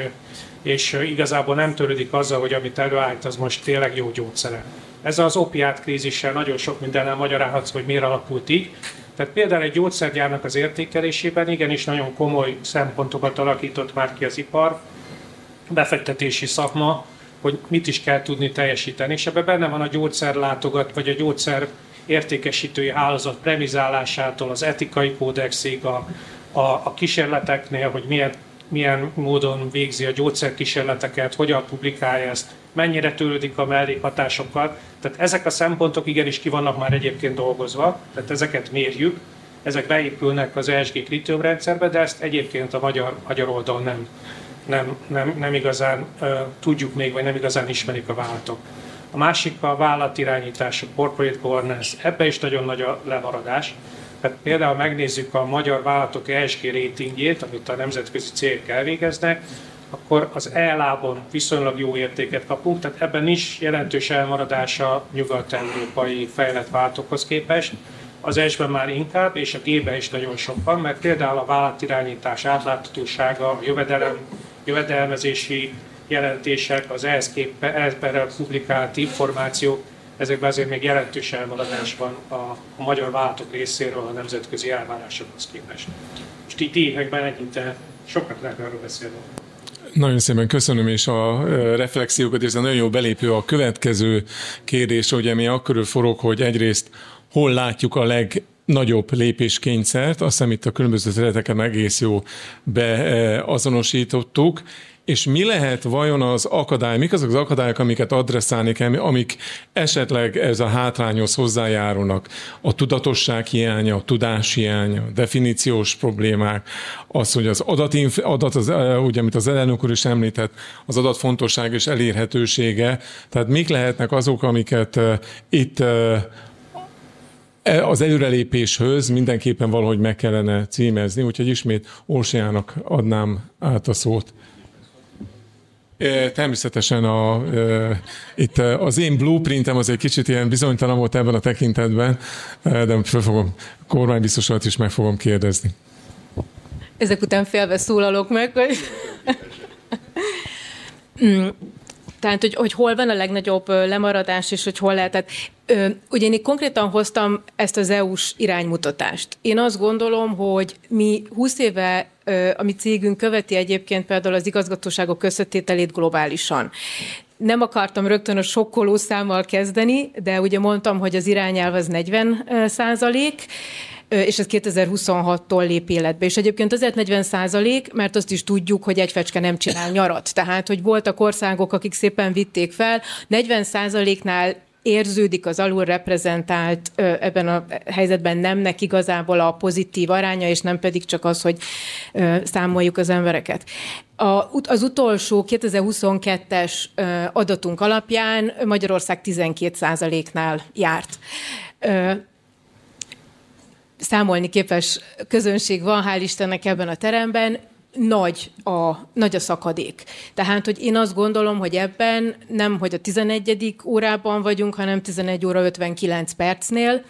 és igazából nem törődik azzal, hogy amit előállít, az most tényleg jó gyógyszere. Ez az opiát krízissel nagyon sok mindennel magyarázhatsz, hogy miért alakult így. Tehát például egy gyógyszergyárnak az értékelésében igenis nagyon komoly szempontokat alakított már ki az ipar, befektetési szakma, hogy mit is kell tudni teljesíteni, és ebben benne van a gyógyszerlátogat, vagy a gyógyszer értékesítői hálózat premizálásától, az etikai kódexig, a A, a kísérleteknél, hogy milyen, milyen módon végzi a gyógyszerkísérleteket, hogyan publikálja ezt, mennyire törődik a mellékhatásokkal. Tehát ezek a szempontok igenis ki vannak már egyébként dolgozva, tehát ezeket mérjük, ezek beépülnek az E S G kritériumrendszerbe, de ezt egyébként a magyar, magyar oldalon nem, nem, nem, nem igazán uh, tudjuk még, vagy nem igazán ismerik a vállalatok. A másik a vállalatirányítás, a corporate governance, ebbe is nagyon nagy a lemaradás. Tehát például megnézzük a magyar vállalatok E S G ratingjét, amit a nemzetközi cégek elvégeznek, akkor az E lábon viszonylag jó értéket kapunk, tehát ebben is jelentős elmaradás a nyugat-európai fejlett vállalatokhoz képest. Az S-ben már inkább, és a G-ben is nagyon sok van, mert például a vállalatirányítás átláthatósága, a jövedelem, jövedelmezési jelentések, az ehhez képben publikált információk, ezekben azért még jelentős elmaradás van a, a magyar vállalatok részéről a nemzetközi elvárásokhoz képest. És így években ennyit, sokat lehet erről beszélni. Nagyon szépen köszönöm, és a reflexiókat, és ez nagyon jó belépő a következő kérdésre, ugye mi akkor forog, hogy egyrészt hol látjuk a legnagyobb lépéskényszert, azt hiszem itt a különböző területeken egész jó beazonosítottuk, és mi lehet vajon az akadály, mik azok az akadályok, amiket adresszálni kell, amik esetleg ez a hátrányhoz hozzájárulnak? A tudatosság hiánya, a tudás hiánya, definíciós problémák, az, hogy az adatinf, adat, az, ugye, amit az elnök úr is említett, az adat fontosság és elérhetősége, tehát mik lehetnek azok, amiket uh, itt uh, az előrelépéshöz mindenképpen valahogy meg kellene címezni, úgyhogy ismét Orsiának adnám át a szót. Természetesen a, e, itt az én blueprintem az egy kicsit ilyen bizonytalan volt ebben a tekintetben, de fel fogom, kormánybiztosat is meg fogom kérdezni. Ezek után félve szólalok meg, hogy... Tehát, hogy, hogy hol van a legnagyobb lemaradás, és hogy hol lehet. Tehát, ugye én konkrétan hoztam ezt az é u-s iránymutatást. Én azt gondolom, hogy mi húsz éve, a mi cégünk követi egyébként például az igazgatóságok összetételét globálisan. Nem akartam rögtön a sokkoló számmal kezdeni, de ugye mondtam, hogy az irányelv az negyven százalék, és ez kétezer-huszonhattól lép életbe. És egyébként azért negyven százalék, mert azt is tudjuk, hogy egy fecske nem csinál nyarat. Tehát, hogy voltak országok, akik szépen vitték fel, negyven százaléknál érződik az alulreprezentált ebben a helyzetben nemnek igazából a pozitív aránya, és nem pedig csak az, hogy számoljuk az embereket. A, az utolsó kétezer-huszonkettes adatunk alapján Magyarország tizenkét százaléknál járt. Számolni képes közönség van, hál' Istennek ebben a teremben, nagy a, nagy a szakadék. Tehát, hogy én azt gondolom, hogy ebben nem, hogy a tizenegyedik órában vagyunk, hanem tizenegy óra ötvenkilenc percnél,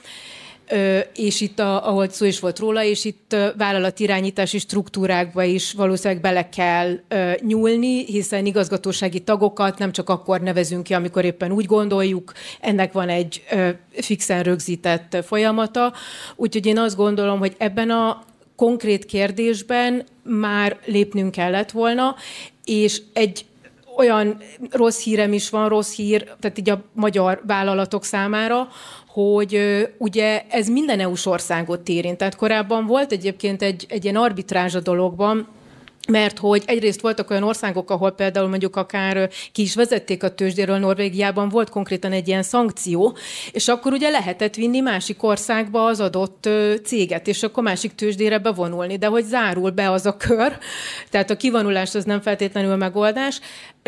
és itt, a, ahogy szó is volt róla, és itt vállalatirányítási struktúrákba is valószínűleg bele kell nyúlni, hiszen igazgatósági tagokat nem csak akkor nevezünk ki, amikor éppen úgy gondoljuk, ennek van egy fixen rögzített folyamata. Úgyhogy én azt gondolom, hogy ebben a konkrét kérdésben már lépnünk kellett volna, és egy olyan rossz hírem is van, rossz hír, tehát így a magyar vállalatok számára, hogy ö, ugye ez minden é u-s országot érint. Tehát korábban volt egyébként egy, egy ilyen arbitrázs a dologban, mert hogy egyrészt voltak olyan országok, ahol például mondjuk akár ki is vezették a tőzsdéről, Norvégiában volt konkrétan egy ilyen szankció, és akkor ugye lehetett vinni másik országba az adott céget, és akkor másik tőzsdére bevonulni, de hogy zárul be az a kör, tehát a kivonulás az nem feltétlenül megoldás.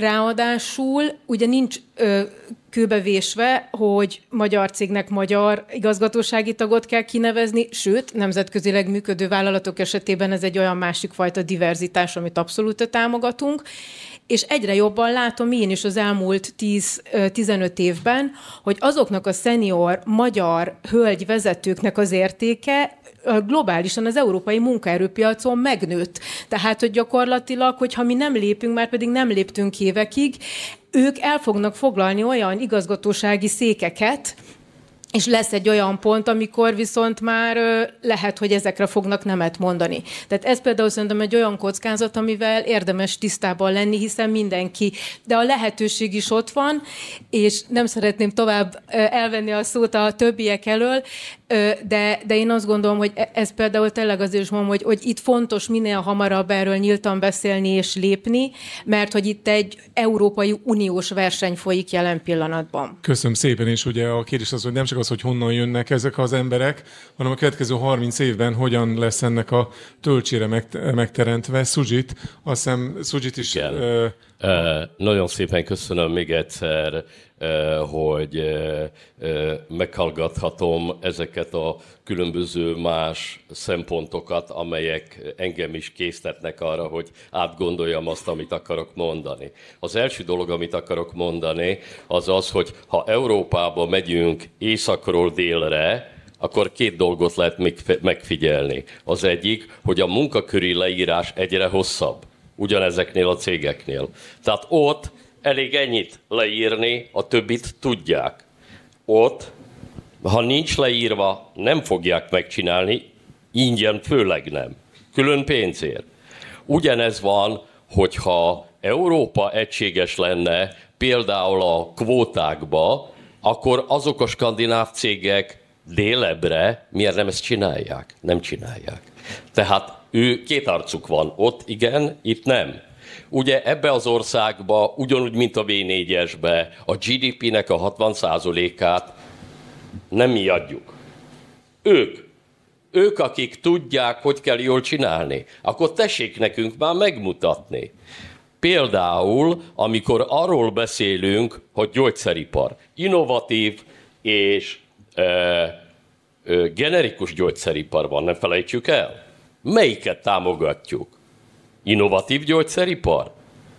Ráadásul ugye nincs ö, kőbevésve, hogy magyar cégnek magyar igazgatósági tagot kell kinevezni, sőt, nemzetközileg működő vállalatok esetében ez egy olyan másik fajta diverzitás, amit abszolút támogatunk, és egyre jobban látom én is az elmúlt tíz-tizenöt évben, hogy azoknak a szenior magyar hölgy vezetőknek az értéke globálisan az európai munkaerőpiacon megnőtt. Tehát, hogy gyakorlatilag, hogyha mi nem lépünk, már pedig nem léptünk évekig, ők el fognak foglalni olyan igazgatósági székeket, és lesz egy olyan pont, amikor viszont már lehet, hogy ezekre fognak nemet mondani. Tehát ez például szerintem egy olyan kockázat, amivel érdemes tisztában lenni, hiszen mindenki, de a lehetőség is ott van, és nem szeretném tovább elvenni a szót a többiek elől, de, de én azt gondolom, hogy ez például tényleg azért is mondom, hogy, hogy itt fontos minél hamarabb erről nyíltan beszélni és lépni, mert hogy itt egy Európai Uniós verseny folyik jelen pillanatban. Köszönöm szépen, és ugye a kérdés az, hogy nem csak az, hogy honnan jönnek ezek az emberek, hanem a következő harminc évben hogyan lesz ennek a töltsére megteremtve. Sujit, azt hiszem Sujit is... Uh, uh, nagyon szépen köszönöm még egyszer, uh, hogy uh, uh, meghallgathatom ezeket a különböző más szempontokat, amelyek engem is késztetnek arra, hogy átgondoljam azt, amit akarok mondani. Az első dolog, amit akarok mondani, az az, hogy ha Európába megyünk északról délre, akkor két dolgot lehet megfigyelni. Az egyik, hogy a munkaköri leírás egyre hosszabb, ugyanezeknél a cégeknél. Tehát ott elég ennyit leírni, a többit tudják. Ott, ha nincs leírva, nem fogják megcsinálni, ingyen főleg nem. Külön pénzért. Ugyanez van, hogyha Európa egységes lenne, például a kvótákba, akkor azok a skandináv cégek délebbre miért nem ezt csinálják? Nem csinálják. Tehát ő két arcuk van. Ott igen, itt nem. Ugye ebbe az országba, ugyanúgy, mint a vé négyesbe, a gé dé pének a hatvan százalékát nem mi adjuk. Ők. Ők, akik tudják, hogy kell jól csinálni. Akkor tessék nekünk már megmutatni. Például, amikor arról beszélünk, hogy gyógyszeripar innovatív és ö, ö, generikus gyógyszeripar van, nem felejtsük el. Melyiket támogatjuk? Innovatív gyógyszeripar?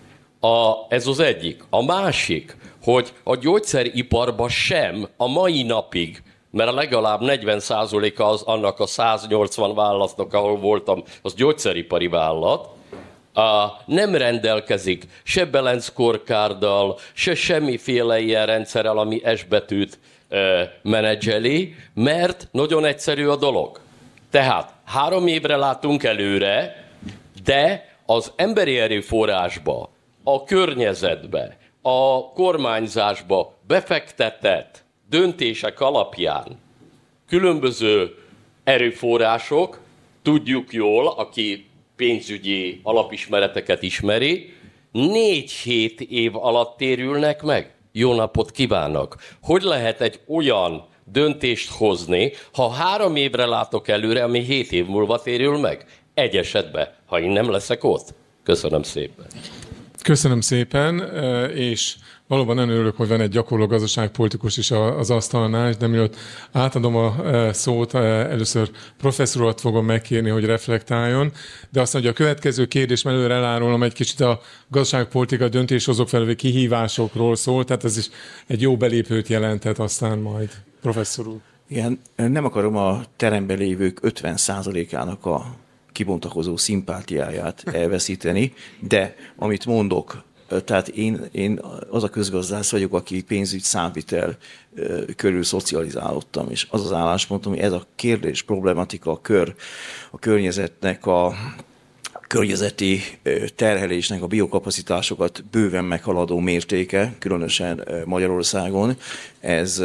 A, ez az egyik. A másik, hogy a gyógyszeriparban sem a mai napig mert legalább negyven százaléka az annak a száznyolcvan vállalatnak, ahol voltam, az gyógyszeripari vállalat, a, nem rendelkezik se balance scorecarddal, se semmiféle ilyen rendszerrel, ami S betűt e, menedzseli, mert nagyon egyszerű a dolog. Tehát három évre látunk előre, de az emberi erőforrásba, a környezetbe, a kormányzásba befektetett döntések alapján különböző erőforrások, tudjuk jól, aki pénzügyi alapismereteket ismeri, négy-hét év alatt térülnek meg. Jó napot kívánok! Hogy lehet egy olyan döntést hozni, ha három évre látok előre, ami hét év múlva térül meg? Egy esetben, ha én nem leszek ott. Köszönöm szépen. Köszönöm szépen, és valóban nagyon örülök, hogy van egy gyakorló gazdaságpolitikus is az asztalnál, de mielőtt átadom a szót, először professzorat fogom megkérni, hogy reflektáljon, de azt mondja, a következő kérdés előre elárulom egy kicsit a gazdaságpolitika döntéshozók felé kihívásokról szól, tehát ez is egy jó belépőt jelentett aztán majd. Professzor úr. Igen, nem akarom a teremben lévők ötven százalékának a kibontakozó szimpátiáját elveszíteni, de amit mondok, tehát én, én az a közgazdász vagyok, aki pénzügy számvitel körül szocializálódtam, és az az álláspontom, hogy ez a kérdés, problematika, a kör, a környezetnek a környezeti terhelésnek a biokapacitásokat bőven meghaladó mértéke, különösen Magyarországon, ez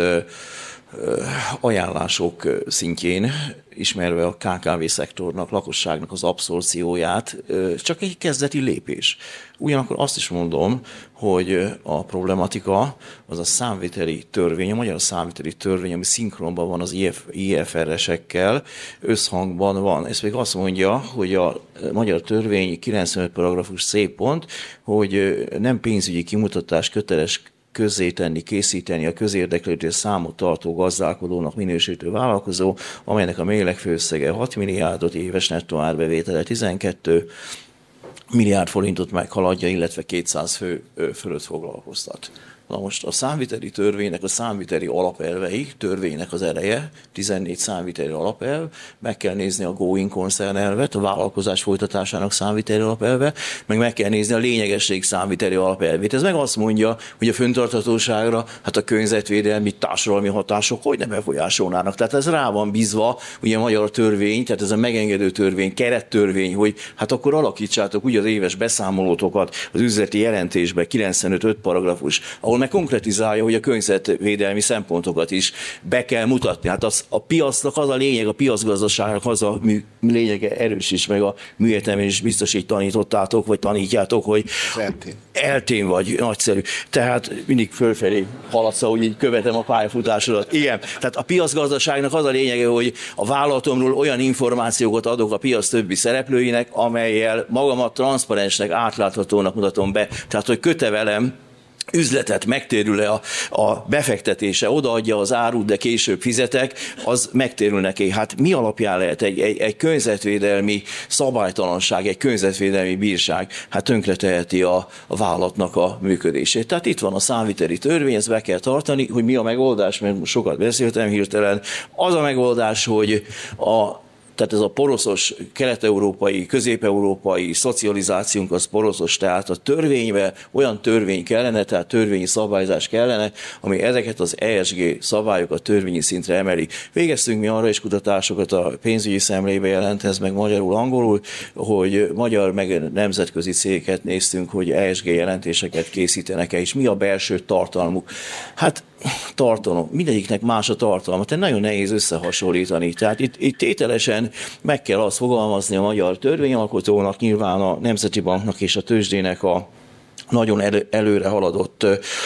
ajánlások szintjén, ismerve a ká ká vé szektornak, lakosságnak az abszorcióját, csak egy kezdeti lépés. Ugyanakkor azt is mondom, hogy a problematika az a számviteli törvény, a magyar számviteli törvény, ami szinkronban van az I F R S-ekkel, összhangban van. Ez még azt mondja, hogy a magyar törvény kilencvenöt paragrafus C pont, hogy nem pénzügyi kimutatás köteles közzétenni, készíteni a közérdeklődés számot tartó gazdálkodónak minősítő vállalkozó, amelynek a mérleg főösszege hat milliárdot, éves nettó árbevétele tizenkét milliárd forintot meghaladja, illetve kétszáz fő fölött foglalkoztat. Na most a számviteli törvénynek a számviteli alapelvei, törvénynek az ereje, tizennégy számviteli alapelv, meg kell nézni a going concern elvet, a vállalkozás folytatásának számviteli alapelve, meg meg kell nézni a lényegesség számviteli alapelvét. Ez meg azt mondja, hogy a fenntarthatóságra, hát a környezetvédelmi, társadalmi hatások hogy ne befolyásolnának. Tehát ez rá van bízva, ugye a magyar törvény, tehát ez a megengedő törvény, kerettörvény, hogy hát akkor alakítsátok úgy az éves beszámolótokat az üzleti jelentésbe, kilencvenöt öt paragrafus, ahol meg konkretizálja, hogy a környezetvédelmi szempontokat is be kell mutatni. Hát az, a piacnak az a lényeg, a piacgazdaságnak az a mű, lényege, erős is, meg a műegyetemen is biztos így tanítottátok, vagy tanítjátok, hogy eltén, eltén vagy, nagyszerű. Tehát mindig fölfelé haladsz, ahogy így követem a pályafutásodat. Igen, tehát a piacgazdaságnak az a lényege, hogy a vállalatomról olyan információkat adok a piac többi szereplőinek, amellyel magamat transzparensnek, átláthatónak mutatom be. Tehát, hogy köte velem üzletet, megtérül-e a, a befektetése, odaadja az árut, de később fizetek, az megtérül neki. Hát mi alapján lehet egy, egy, egy környezetvédelmi szabálytalanság, egy környezetvédelmi bírság, hát tönkreteheti a, a vállalatnak a működését. Tehát itt van a számviteli törvény, ezt be kell tartani, hogy mi a megoldás, mert sokat beszéltem hirtelen. Az a megoldás, hogy a Tehát ez a poroszos kelet-európai, közép-európai szocializációnk az poroszos, tehát a törvénybe olyan törvény kellene, tehát törvényi szabályzás kellene, ami ezeket az E S G szabályokat törvényi szintre emeli. Végeztünk mi arra is kutatásokat, a pénzügyi szemlébe jelent ez meg magyarul, angolul, hogy magyar meg nemzetközi cégeket néztünk, hogy E S G jelentéseket készítenek-e, és mi a belső tartalmuk. Hát tartalom, mindegyiknek más a tartalma, tehát nagyon nehéz összehasonlítani. Tehát itt, itt tételesen meg kell azt fogalmazni a magyar törvényalkotónak, nyilván a Nemzeti Banknak és a tőzsdének a nagyon elő, előre haladott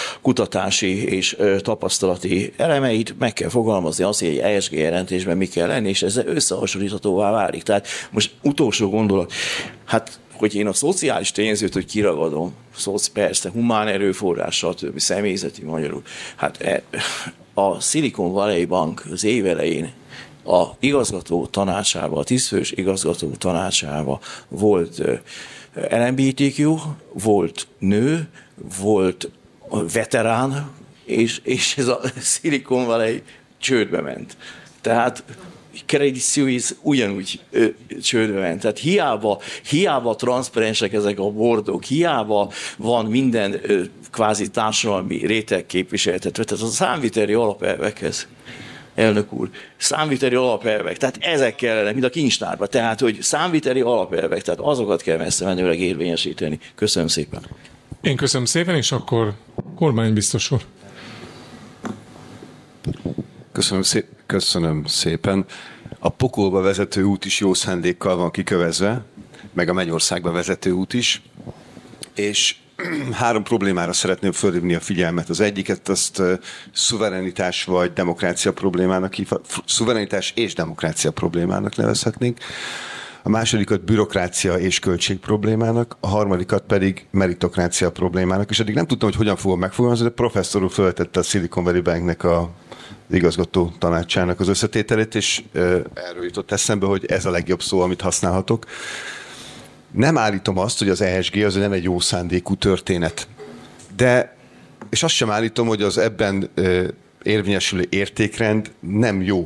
kutatási és tapasztalati elemeit, meg kell fogalmazni azt, hogy egy E S G jelentésben mi kell lenni, és ez összehasonlíthatóvá válik. Tehát most utolsó gondolat, hát hogy én a szociális tényezőt, hogy kiragadom, persze, humán erőforrás, stb. Személyzeti magyarul. Hát a Silicon Valley Bank az év elején a igazgató tanácsába, a tízfős igazgató tanácsába volt L M B T Q, volt nő, volt veterán, és, és ez a Silicon Valley csődbe ment. Tehát Credit Suisse ugyanúgy ö, csődbe ment. Tehát hiába, hiába transzparensek ezek a bordok, hiába van minden ö, kvázi társadalmi réteg képviseltetve. Tehát a számviteli alapelvekhez, elnök úr, számviteli alapelvek, tehát ezek kellene, mint a kincstárban. Tehát, hogy számviteli alapelvek, tehát azokat kell messze menőleg érvényesíteni. Köszönöm szépen. Én köszönöm szépen, és akkor kormánybiztos úr. Köszönöm, szé- köszönöm szépen. A pokolba vezető út is jó szándékkal van kikövezve, meg a Mennyországba vezető út is, és három problémára szeretném fölhívni a figyelmet. Az egyiket azt uh, szuverenitás vagy demokrácia problémának, szuverenitás és demokrácia problémának nevezhetnénk. A másodikat bürokrácia és költség problémának, a harmadikat pedig meritokrácia problémának, és eddig nem tudtam, hogy hogyan fogom megfogalmazni, de professzor úr feltette a Silicon Valley Banknek a igazgató tanácsának az összetételét, és uh, erről jutott eszembe, hogy ez a legjobb szó, amit használhatok. Nem állítom azt, hogy az E S G az nem egy jó szándékú történet. De, és azt sem állítom, hogy az ebben uh, érvényesülő értékrend nem jó.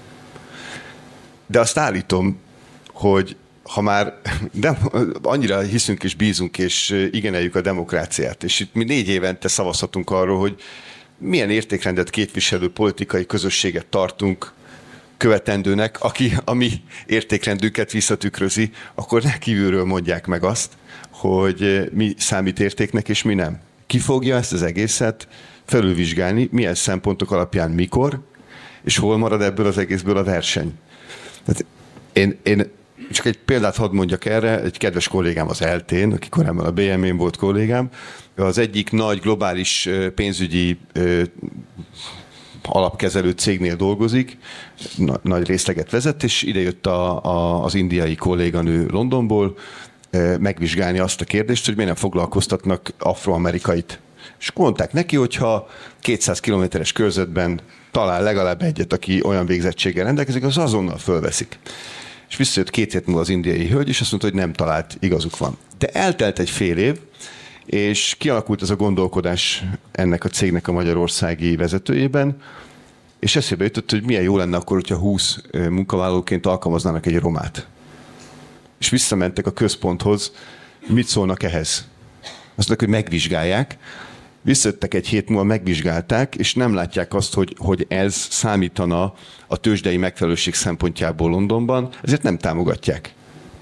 De azt állítom, hogy ha már de, annyira hiszünk és bízunk és igeneljük a demokráciát, és itt mi négy évente szavazhatunk arról, hogy milyen értékrendet képviselő politikai közösséget tartunk követendőnek, aki a mi értékrendünket visszatükrözi, akkor ne kívülről mondják meg azt, hogy mi számít értéknek és mi nem. Ki fogja ezt az egészet felülvizsgálni, milyen szempontok alapján mikor, és hol marad ebből az egészből a verseny. Tehát én, én csak egy példát hadd mondjak erre, egy kedves kollégám az eltén, aki korábban a bé em én volt kollégám, az egyik nagy globális pénzügyi alapkezelő cégnél dolgozik, nagy részleget vezet, és idejött a, a, az indiai kolléganő Londonból megvizsgálni azt a kérdést, hogy miért nem foglalkoztatnak afroamerikait. És mondták neki, hogyha kétszáz kilométeres körzetben talál legalább egyet, aki olyan végzettséggel rendelkezik, az azonnal fölveszik. És visszajött két hét múlva az indiai hölgy, és azt mondta, hogy nem talált, igazuk van. De eltelt egy fél év, és kialakult ez a gondolkodás ennek a cégnek a magyarországi vezetőjében, és eszébe jutott, hogy milyen jó lenne akkor, hogyha húsz munkavállalóként alkalmaznának egy romát. És visszamentek a központhoz, mit szólnak ehhez? Azt mondják, hogy megvizsgálják, visszajöttek egy hét múlva, megvizsgálták, és nem látják azt, hogy, hogy ez számítana a tőzsdei megfelelőség szempontjából Londonban, ezért nem támogatják.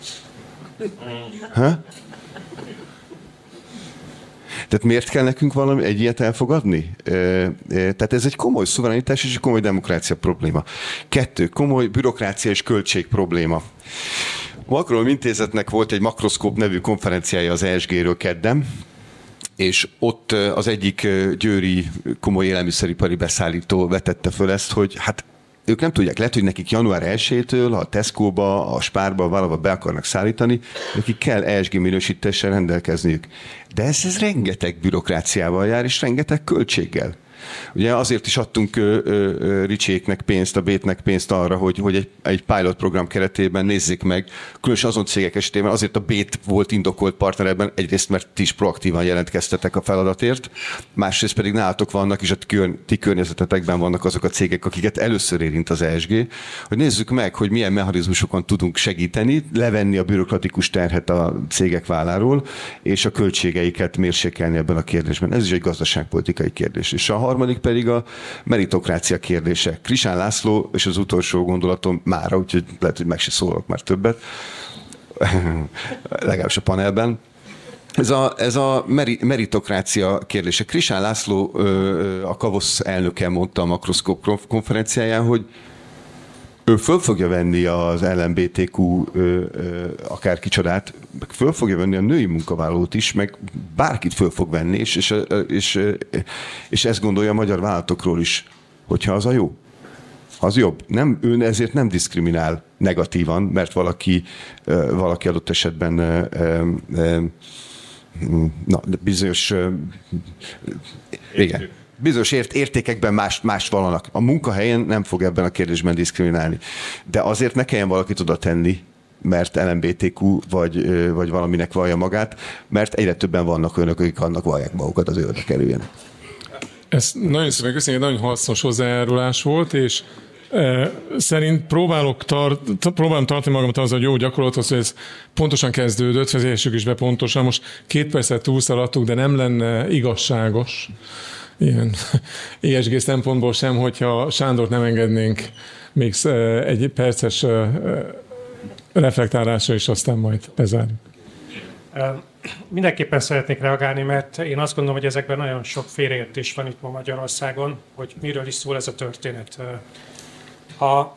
Ha? Tehát miért kell nekünk valami egy ilyet elfogadni? Tehát ez egy komoly szuverenitás és egy komoly demokrácia probléma. Kettő, komoly bürokrácia és költség probléma. A Macron Intézetnek volt egy Makroszkóp nevű konferenciája az E S G-ről kedden, és ott az egyik győri komoly élelmiszeripari beszállító vetette föl ezt, hogy hát ők nem tudják, lehet, hogy nekik január elsejétől a Tesco-ba, a Spárba, valahol be akarnak szállítani, nekik kell E S G minősítéssel rendelkezniük. De ez, ez rengeteg bürokráciával jár, és rengeteg költséggel. Ugye azért is adtunk ö, ö, Ricséknek pénzt, a Bétnek pénzt arra, hogy, hogy egy, egy pilot program keretében nézzék meg, különösen azon cégek esetében, azért a Bét volt indokolt partner ebben, egyrészt mert ti is proaktívan jelentkeztetek a feladatért, másrészt pedig nálatok vannak, és a ti környezetetekben vannak azok a cégek, akiket először érint az E S G, hogy nézzük meg, hogy milyen mechanizmusokon tudunk segíteni, levenni a bürokratikus terhet a cégek válláról, és a költségeiket mérsékelni ebben a kérdésben. Ez is egy gazdaságpolitikai kérdés. És a harmadik pedig a meritokrácia kérdése. Krisán László, és az utolsó gondolatom mára, úgyhogy lehet, hogy meg se szólok már többet, legalábbis a panelben. Ez a, ez a meri, meritokrácia kérdése. Krisán László, a Kavosz elnöke mondta a Makroszkóp konferenciáján, hogy ő föl fogja venni az el em bé té kú akár kicsodát, föl fogja venni a női munkavállalót is, meg bárkit föl fog venni, és, és, és, és ezt gondolja a magyar vállalatokról is, hogyha az a jó. Az jobb. Nem, ő ezért nem diszkriminál negatívan, mert valaki, valaki adott esetben na, bizonyos igen. Bizonyos ért, értékekben más, más valanak. A munkahelyen nem fog ebben a kérdésben diszkriminálni. De azért ne kelljen valakit oda tenni, mert el em bé té kú vagy, vagy valaminek vallja magát, mert egyre többen vannak önök, akik annak vallják magukat, az ő oda kerüljenek. Ez nagyon szépen köszönjük, nagyon hasznos hozzájárulás volt, és e, szerint próbálok tart, próbálom tartani magamat az a jó gyakorlathoz, hogy ez pontosan kezdődött, vezérjük is be pontosan. Most két percet túlszaladtuk, de nem lenne igazságos ilyen é es gé szempontból sem, hogyha Sándort nem engednénk még egy perces reflektálásra, és aztán majd bezárjuk. Mindenképpen szeretnék reagálni, mert én azt gondolom, hogy ezekben nagyon sok félreértés van itt ma Magyarországon, hogy miről is szól ez a történet. Ha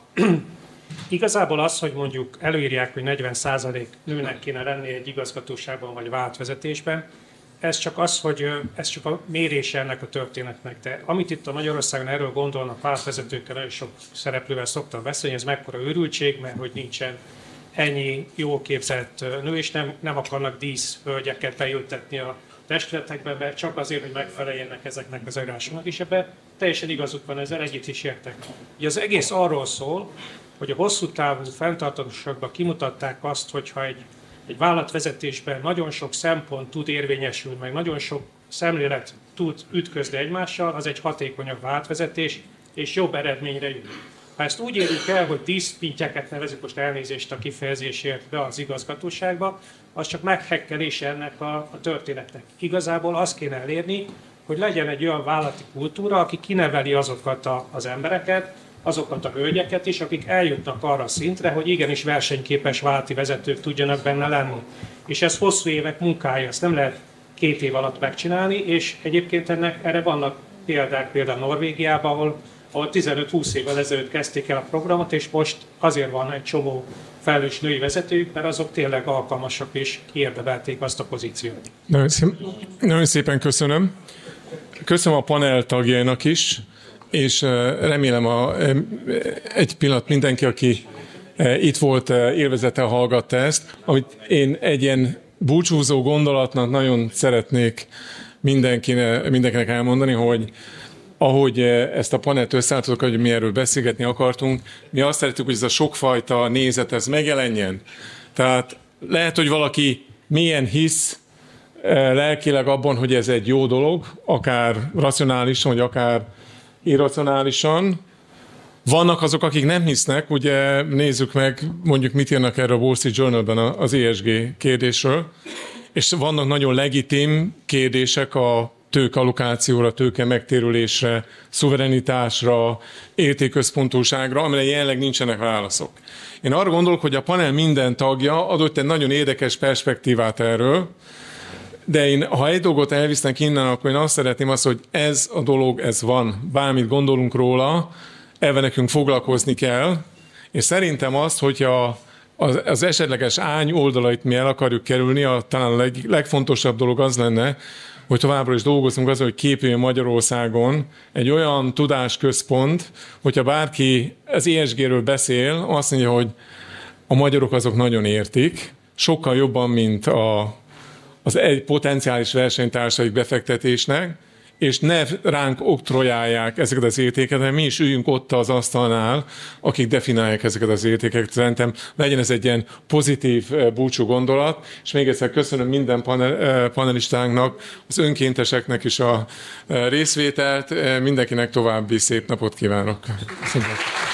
igazából az, hogy mondjuk előírják, hogy negyven százalék nőnek kéne lenni egy igazgatóságban vagy vállalatvezetésben, ez csak az, hogy ez csak a mérése ennek a történetnek. De amit itt a Magyarországon erről gondolnak vállalatvezetőkkel, nagyon sok szereplővel szoktam beszélni, ez mekkora őrültség, mert hogy nincsen ennyi jól képzett nő, és nem, nem akarnak díszhölgyeket beültetni a testületekbe, mert csak azért, hogy megfeleljenek ezeknek az előírásoknak, és ebben teljesen igazuk van, ezzel együtt is értek. Ugye az egész arról szól, hogy a hosszú távú fenntarthatóságban kimutatták azt, hogyha egy, egy vállalatvezetésben nagyon sok szempont tud érvényesülni, meg nagyon sok szemlélet tud ütközni egymással, az egy hatékonyabb vállalatvezetés, és jobb eredményre jut. Ha ezt úgy érjük el, hogy díszpintyeket nevezük, most elnézést a kifejezésért be az igazgatóságba, az csak meghekkelése ennek a, a történetnek. Igazából azt kéne elérni, hogy legyen egy olyan vállalati kultúra, aki kineveli azokat a, az embereket, azokat a hölgyeket is, akik eljutnak arra szintre, hogy igenis versenyképes vállalati vezetők tudjanak benne lenni. És ez hosszú évek munkája, ezt nem lehet két év alatt megcsinálni, és egyébként ennek erre vannak példák, például Norvégiában, ahol ahol tizenöt-húsz évvel ezelőtt kezdték el a programot, és most azért van egy csomó felelős női vezetők, mert azok tényleg alkalmasak és kiérdemelték azt a pozíciót. Nagyon szépen, nagyon szépen köszönöm. Köszönöm a panel tagjainak is, és remélem a, egy pillanat mindenki, aki itt volt, élvezettel hallgatta ezt, amit én egy ilyen búcsúzó gondolatnak nagyon szeretnék mindenkinek, mindenkinek elmondani, hogy ahogy ezt a panelt összeállítottuk, hogy mi erről beszélgetni akartunk, mi azt szeretjük, hogy ez a sokfajta nézet, ez megjelenjen. Tehát lehet, hogy valaki mélyen hisz lelkileg abban, hogy ez egy jó dolog, akár racionálisan, vagy akár irracionálisan. Vannak azok, akik nem hisznek, ugye nézzük meg, mondjuk mit írnak erre a Wall Street Journalben az é es gé kérdésről, és vannak nagyon legitim kérdések a tőkeallokációra, tőke megtérülésre, szuverenitásra, értékközpontúságra, amire jelenleg nincsenek válaszok. Én arra gondolok, hogy a panel minden tagja adott egy nagyon érdekes perspektívát erről, de én, ha egy dolgot elvisznek innen, akkor én azt szeretném azt, hogy ez a dolog, ez van. Bármit gondolunk róla, ebben nekünk foglalkozni kell, és szerintem azt, hogyha az, az esetleges ány oldalait mi el akarjuk kerülni, a, talán a leg, legfontosabb dolog az lenne, hogy továbbra is dolgozunk azon, hogy képüljön Magyarországon egy olyan tudásközpont, hogyha bárki az é es géről beszél, azt mondja, hogy a magyarok azok nagyon értik, sokkal jobban, mint a, az egy potenciális versenytársaik befektetésnek, és ne ránk oktrojálják ezeket az értéket, hanem mi is üljünk ott az asztalnál, akik definiálják ezeket az értékeket. Szerintem legyen ez egy ilyen pozitív búcsú gondolat, és még egyszer köszönöm minden panel, panelistánknak, az önkénteseknek is a részvételt, mindenkinek további szép napot kívánok. Köszönöm.